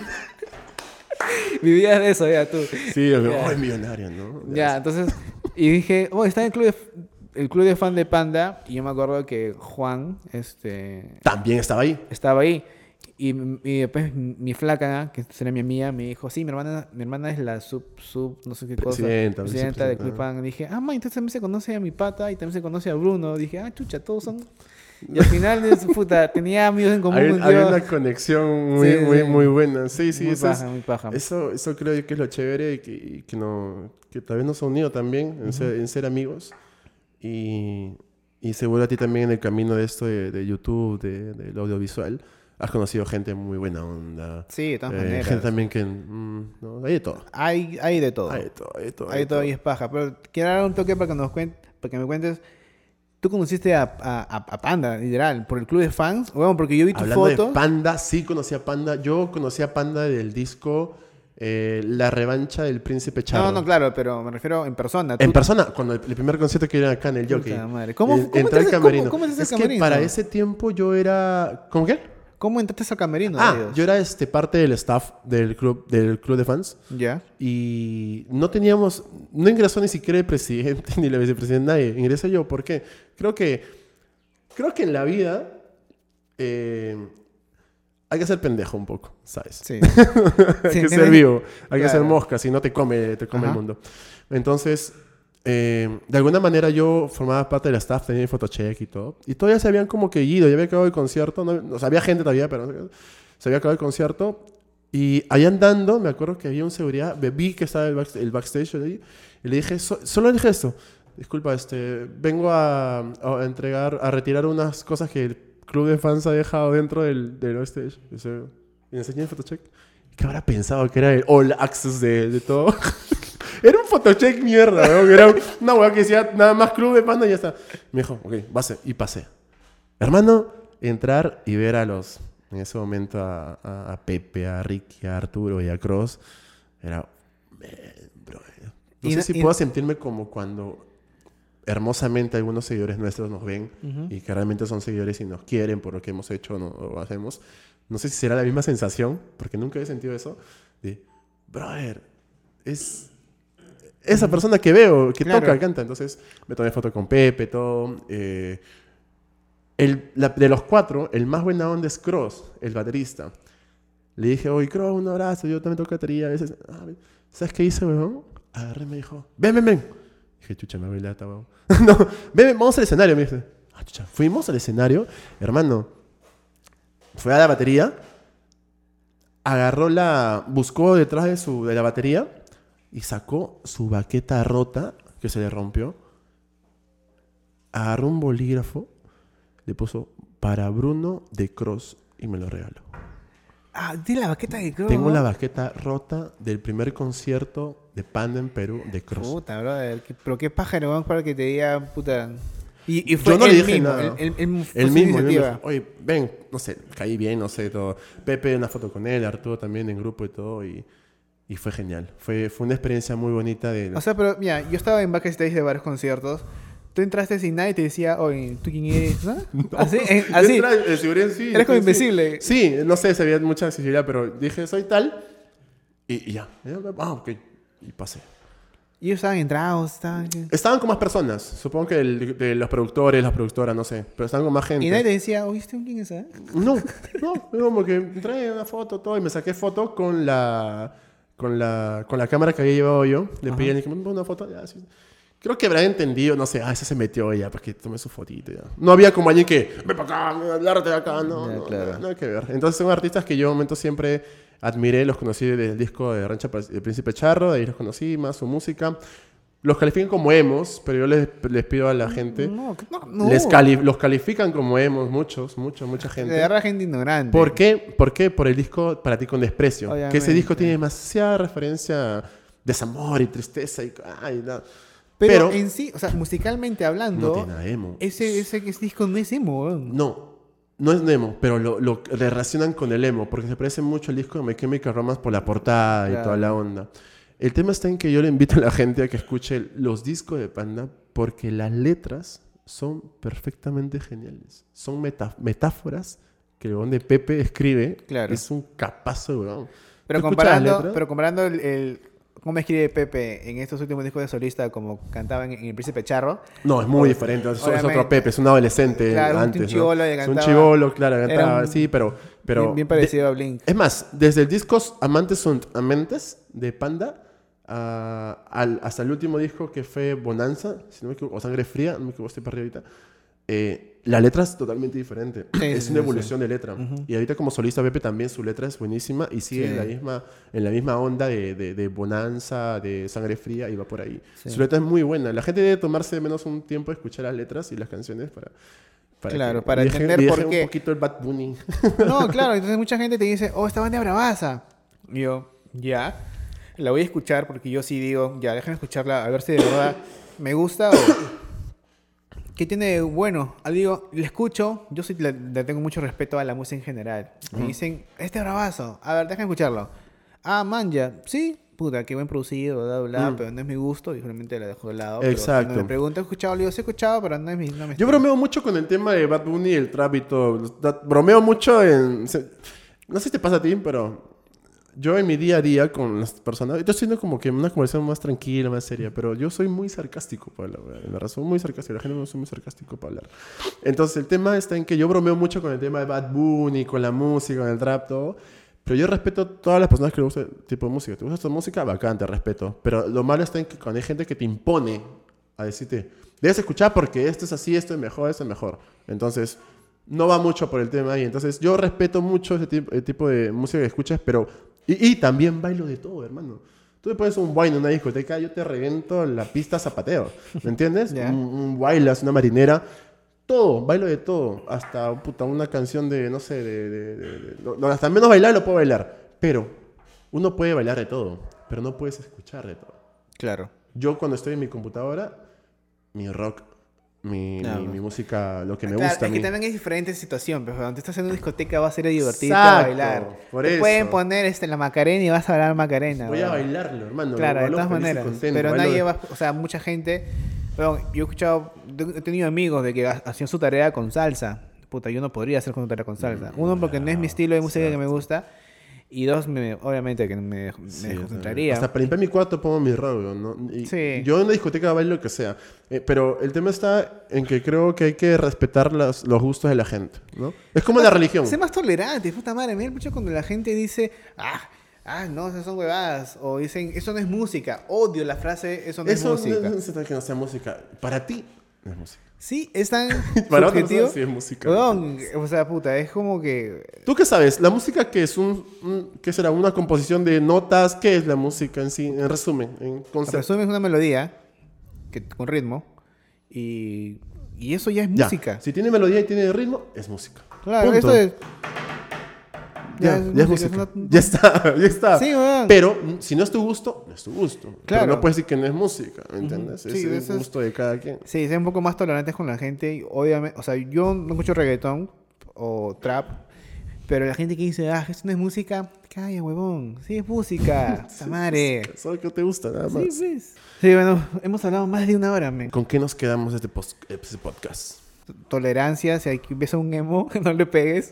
Vivías de eso, ya tú. Sí, yo, Ya. oh, es millonario, ¿no? Ya, entonces... Y dije, oh, está en el club de, el club de fan de Panda. Y yo me acuerdo que Juan, este... También estaba ahí. estaba ahí. Y, y después mi flaca, que será mi amiga, me dijo, sí, mi hermana, mi hermana es la sub, sub, no sé qué cosa. Presidenta, Presidenta del vicepresidenta. Club Pan. Dije, ah, ma, entonces también se conoce a mi pata y también se conoce a Bruno. Dije, ah, chucha, todos son... Y al final, es, puta, tenía amigos en común. Hay, con hay yo. una conexión muy, Sí, muy, sí. muy buena. Sí, sí, muy eso, paja, es- muy paja. eso, eso creo yo que es lo chévere y que, y que, no, que tal vez nos ha unido también en, ser, en ser amigos. Y, y seguro a ti también en el camino de esto de, de YouTube, de, del audiovisual, has conocido gente muy buena onda. Sí, de todas Eh, maneras. gente también que... mm, no, hay de todo. Hay, hay de todo. Hay de todo, hay de todo. Hay de todo y es paja. Pero quiero dar un toque para que, nos cuen- para que me cuentes. Tú conociste a, a, a- a Panda, literal, por el club de fans. Bueno, porque yo vi tu Hablando foto. de Panda, sí conocí a Panda. Yo conocí a Panda del disco eh, La Revancha del Príncipe Charro. No, no, claro, pero me refiero en persona. En Tú- persona, cuando el, el primer concierto que dieron acá en el Puta Jockey. madre. ¿Cómo- Eh, cómo entré al entraste- camerino. cómo- cómo entraste es al que camerino? para ese tiempo yo era... ¿Cómo qué? ¿Cómo entraste al camerino? de Ah, ellos? yo era este, parte del staff del club, del club de fans. Ya. Y no teníamos... No ingresó ni siquiera el presidente ni la vicepresidenta, nadie. Ingresé yo. ¿Por qué? Creo que... Creo que en la vida... eh, hay que ser pendejo un poco, ¿sabes? Sí. hay Sí, que tienes- ser vivo, hay que ser Claro. mosca, si no te come, te come el Ajá. mundo. Entonces, eh, de alguna manera yo formaba parte del staff, tenía mi photocheck y todo. Y todavía se habían como que ido, ya había acabado el concierto, no, o sea, había gente todavía, pero no sé qué, se había acabado el concierto. Y ahí andando, me acuerdo que había un seguridad, vi que estaba el, back- el backstage ahí, y le dije, so- solo le dije esto, disculpa, este, vengo a, a entregar, a retirar unas cosas que el club de fans ha dejado dentro del, del backstage. Y se- y le enseñé el photocheck. ¿Qué habrá pensado que era el all access de, de todo? Era un photocheck mierda, ¿no? Era una hueá que decía nada más club de panda y ya está. Me dijo, ok, pase. Y pasé. Hermano, entrar y ver a los... En ese momento a, a, a Pepe, a Ricky, a Arturo y a Cross. Era... man, bro, no Y sé no- si y- puedo sentirme como cuando hermosamente algunos seguidores nuestros nos ven Ujú. y que realmente son seguidores y nos quieren por lo que hemos hecho no, o hacemos. No sé si será la misma sensación, porque nunca he sentido eso, de, brother, es esa persona que veo, que Claro. toca, canta. Entonces me tomé foto con Pepe, todo. Eh, el, la- de los cuatro, el más buena onda es Cross, el baterista. Le dije, oye, Cross, un abrazo, yo también toco batería. A veces, ah, ¿sabes qué hice, weón? Agarré y me dijo, ven, ven, ven. Dije, chucha, me voy lata, weón. No, ven, ven, vamos al escenario, me dice. Ah, chucha, fuimos al escenario, hermano. Fue a la batería, agarró la, buscó detrás de, su, de la batería y sacó su baqueta rota que se le rompió. Agarró un bolígrafo, le puso para Bruno de Cross y me lo regaló. Ah, di la baqueta de Cross. Tengo la baqueta rota del primer concierto de Panda en Perú de Cross. Puta, brother. qué- Pero qué pájaro, weón, para que te diga, puta. Y, y fue Yo no él le dije mismo, nada. Él, él- él fue El su mismo, él me iniciativa. dijo, oye, ven, no sé, caí bien, no sé, todo. Pepe, una foto con él, Arturo también en grupo y todo, y, y fue genial. Fue, fue una experiencia muy bonita de... O sea, pero mira, yo estaba en backstage de varios conciertos. Tú entraste sin nadie y te decía, oye, ¿tú quién eres? ¿No? Así, eh, Yo así. entré, el seguridad, sí, Eres como sí, invisible. Sí, no sé, se veía mucha accesibilidad, pero dije, soy tal, y, y ya. Y yo, ah, ok, y pasé. Y ellos estaban entrados, estaban... Estaban con más personas, supongo que el- de los productores, las productoras, no sé, pero estaban con más gente. Y nadie te decía, oye, ¿este quién es? eh?" No, no, fue como que trae una foto, todo, y me saqué foto con la, con la, con la cámara que había llevado yo. Le pedí, le dije, "Manda una foto, ya, sí". Creo que habrán entendido, no sé, ah, esa se metió ella, para que tome su fotito, ya. No había como alguien que, ven para acá, lárgate de acá, no, Ya, no, claro. nada, nada que ver. Entonces son artistas que yo en un momento siempre admiré, los conocí desde el disco de Rancha El Príncipe Charro, de ahí los conocí, más su música. Los califican como emos, pero yo les, les pido a la gente... No, que- no, no. Les cali- los califican como emos, muchos, mucha, mucha De gente. verdad, gente ignorante. ¿Por qué? ¿Por qué? Por el disco Para ti con desprecio. Que ese Obviamente. disco tiene demasiada referencia a desamor y tristeza y... Ay, no. Pero, Pero en sí, o sea, musicalmente no hablando, tiene nada emo. ese, ese, ese disco no es emo, weón. No, no es emo, pero lo, lo relacionan con el emo, porque se parece mucho al disco de My Chemical Romance por la portada y Claro. toda la onda. El tema está en que yo le invito a la gente a que escuche los discos de Panda, porque las letras son perfectamente geniales. Son meta- metáforas que el weón de Pepe escribe. Claro. Es un capazo, weón. Pero ¿Tú escuchas las comparando, letras? pero comparando el, el- cómo escribe Pepe en estos últimos discos de solista, como cantaba en, en El Príncipe Charro. No, es muy diferente. Es, es Obviamente. otro Pepe, es un adolescente Claro, un antes. ¿no? chibolo que Es un cantaba- chibolo, claro, era cantaba, un- sí, pero... pero bien, bien de- parecido a Blink. Es más, desde el disco Amantes sunt Amentes de Panda a- al- hasta el último disco que fue Bonanza, si no me equivoco, o Sangre Fría, no me equivoco, estoy perdido ahorita. Eh, la letra es totalmente diferente. Sí, es sí, una sí, evolución de letra. Y ahorita como solista Pepe también su letra es buenísima y sigue Sí. en, la misma, en la misma onda de, de, de Bonanza, de Sangre Fría y va por ahí. Sí. Su letra es muy buena. La gente debe tomarse menos un tiempo de escuchar las letras y las canciones para... para Claro, que para dejen- entender y por dejen qué. un poquito el Bad Bunny. No, claro, entonces mucha gente te dice, oh, esta banda es bravaza. Y yo, ya, la voy a escuchar porque yo sí digo, ya, déjame escucharla a ver si de verdad me gusta o qué tiene de bueno. Ah, digo, la escucho, yo sí le, le tengo mucho respeto a la música en general. Me dicen, este es bravazo, a ver, déjame escucharlo. Ah, man, ya, sí, puta, qué buen producido, bla, bla, Mm. pero no es mi gusto y realmente la dejo de lado. Pero Exacto. cuando me preguntan, ¿he escuchado? Le digo, sí he escuchado, pero no es mi... No me Yo bromeo mucho con el tema de Bad Bunny y el trap y todo. Da- Bromeo mucho en... se- No sé si te pasa a ti, pero yo en mi día a día con las personas... Estoy haciendo como que una conversación más tranquila, más seria, pero yo soy muy sarcástico para hablar. La razón, muy sarcástico. La gente no soy muy sarcástico para hablar. Entonces el tema está en que yo bromeo mucho con el tema de Bad Bunny, con la música, con el trap, todo. Pero yo respeto a todas las personas que les gusta el tipo de música. ¿Te gusta esta música? Bacán, te respeto. Pero lo malo está en que cuando hay gente que te impone a decirte, debes escuchar porque esto es así, esto es mejor, esto es mejor. Entonces, no va mucho por el tema ahí. Entonces, yo respeto mucho ese tipo, el tipo de música que escuchas, pero... Y, y también bailo de todo, hermano. Tú te pones un wine en una discoteca, yo te reviento la pista zapateo. ¿Me entiendes? Ya. Un, un bailas, una marinera... Todo, bailo de todo. Hasta puta, una canción de, no sé, de... de, de- de- no, no, hasta menos bailar lo puedo bailar. Pero uno puede bailar de todo, pero no puedes escuchar de todo. Claro. Yo cuando estoy en mi computadora, mi rock, mi, Claro. mi, mi música, lo que me Claro, gusta a es mí. que también es diferente situación, pero cuando estás en una discoteca va a ser divertido Exacto, bailar. por Te eso. pueden poner este, la Macarena y vas a bailar Macarena. Voy a ¿verdad? bailarlo, hermano. Claro, lo de bailo todas feliz y maneras. contento, Pero bailo nadie de- va, o sea, mucha gente, bueno, yo he escuchado, he tenido amigos de que ha- hacían su tarea con salsa. Puta, yo no podría hacer con tarea con salsa. Uno, porque no es mi estilo de música que me gusta. Y dos, me- obviamente que me, me Sí, desconcentraría. hasta para limpiar mi cuarto pongo mi rock, ¿no? Y Sí. Yo en una discoteca bailo lo que sea. Eh, pero el tema está en que creo que hay que respetar las- los gustos de la gente, ¿no? Es como la religión. Sé más tolerante, puta madre. Me da mucho cuando la gente dice, ah, ah, no, esas son huevadas. O dicen, eso no es música. Odio la frase, eso no Eso es música. no es que no sea música. Para ti, no es música. Sí, es tan Para otras subjetivo. personas sí es música. Weón, o sea, puta, es como que... ¿Tú qué sabes? La música que es un, un- ¿qué será? Una composición de notas. ¿Qué es la música en sí? En resumen, en En concepto. resumen, es una melodía que, con ritmo. Y, y eso ya es Ya, música. Si tiene melodía y tiene ritmo, es música. Claro, Punto. esto es... Ya, es ya es música, música. es una- Ya está, ya está. Sí, weón. Pero mm, si no es tu gusto, no es tu gusto. Claro. Pero no puedes decir que no es música, ¿me entiendes? Sí, es eso el es- gusto de cada quien. Sí, ser un poco más tolerantes con la gente. y Obviamente, o sea, yo no escucho reggaetón o trap, pero la gente que dice, ah, esto no es música, calla, huevón. Sí, es música. Samare. Solo que te gusta, nada más. Sí, pues. Sí, bueno, hemos hablado más de una hora, men. ¿Con qué nos quedamos de este, post- este podcast? Tolerancia, si hay que ves a un emo, no le pegues.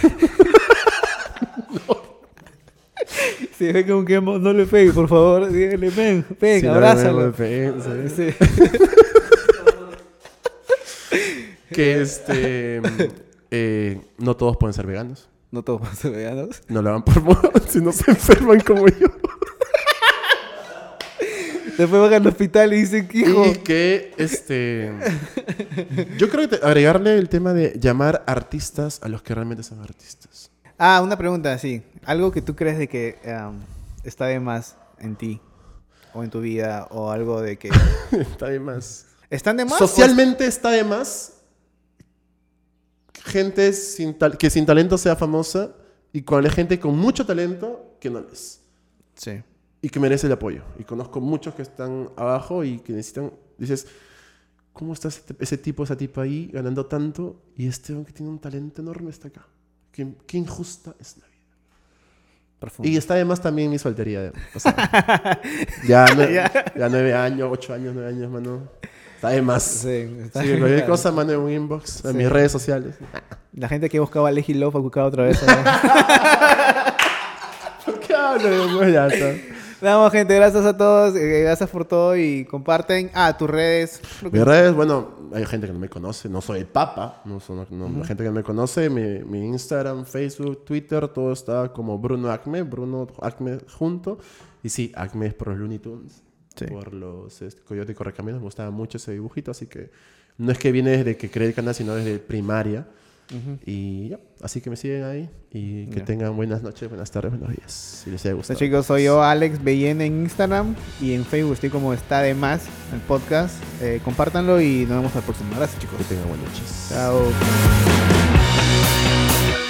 Si ve que un emo, no le pegues, por favor. Dígale, ven, ven, Sí, no, abrázalo. no, no, no, sí. Sí. Que este. eh, no todos pueden ser veganos. No todos van a ser veganos. No lo hagan por moda, si no se enferman como yo. Después van al hospital y dicen, hijo. Y que, este... Yo creo que te- agregarle el tema de llamar artistas a los que realmente son artistas. Ah, una pregunta, sí. Algo que tú crees de que um, está de más en ti o en tu vida o algo de que... Está de más. ¿Están de más? Socialmente está de más gente sin tal- que sin talento sea famosa y con la gente con mucho talento que no lo es. O- Sí. Y que merece el apoyo. Y conozco muchos que están abajo y que necesitan... Dices, ¿cómo está ese, ese tipo, esa tipa ahí ganando tanto? Y este hombre que tiene un talento enorme está acá. Qué, qué injusta es la vida. Profundo. Y está además también mi soltería. O sea, ya, nue- Ya. ya nueve años, ocho años, nueve años, mano. Está de más. Sí, está- Sí, cualquier cosa, mano, en un inbox, en Sí. mis redes sociales. La gente que buscaba Legi Love ha buscado otra vez. ¿no? ¿Por qué hablo? Pues ya está. Vamos, gente, gracias a todos. eh, gracias por todo y comparten. Ah, tus redes. Creo que- Mis redes, bueno, hay gente que no me conoce, no soy el Papa, no soy no, no, gente que no me conoce, mi, mi Instagram, Facebook, Twitter, todo está como Bruno Acme, Bruno Acme junto. Y sí, Acme es por los Looney Tunes, Sí. por los este, Coyote y Correcaminos, me gustaba mucho ese dibujito, así que no es que viene desde que creé el canal, sino desde primaria. Ujú. Y ya, así que me siguen ahí y que Ya. tengan buenas noches, buenas tardes, buenos días, si les haya Entonces, gustado. chicos, soy yo, Alex Bellén en Instagram y en Facebook estoy como Está de Más, el podcast. Eh, compártanlo y nos vemos la próxima. Gracias, chicos. Que tengan buenas noches. Chao.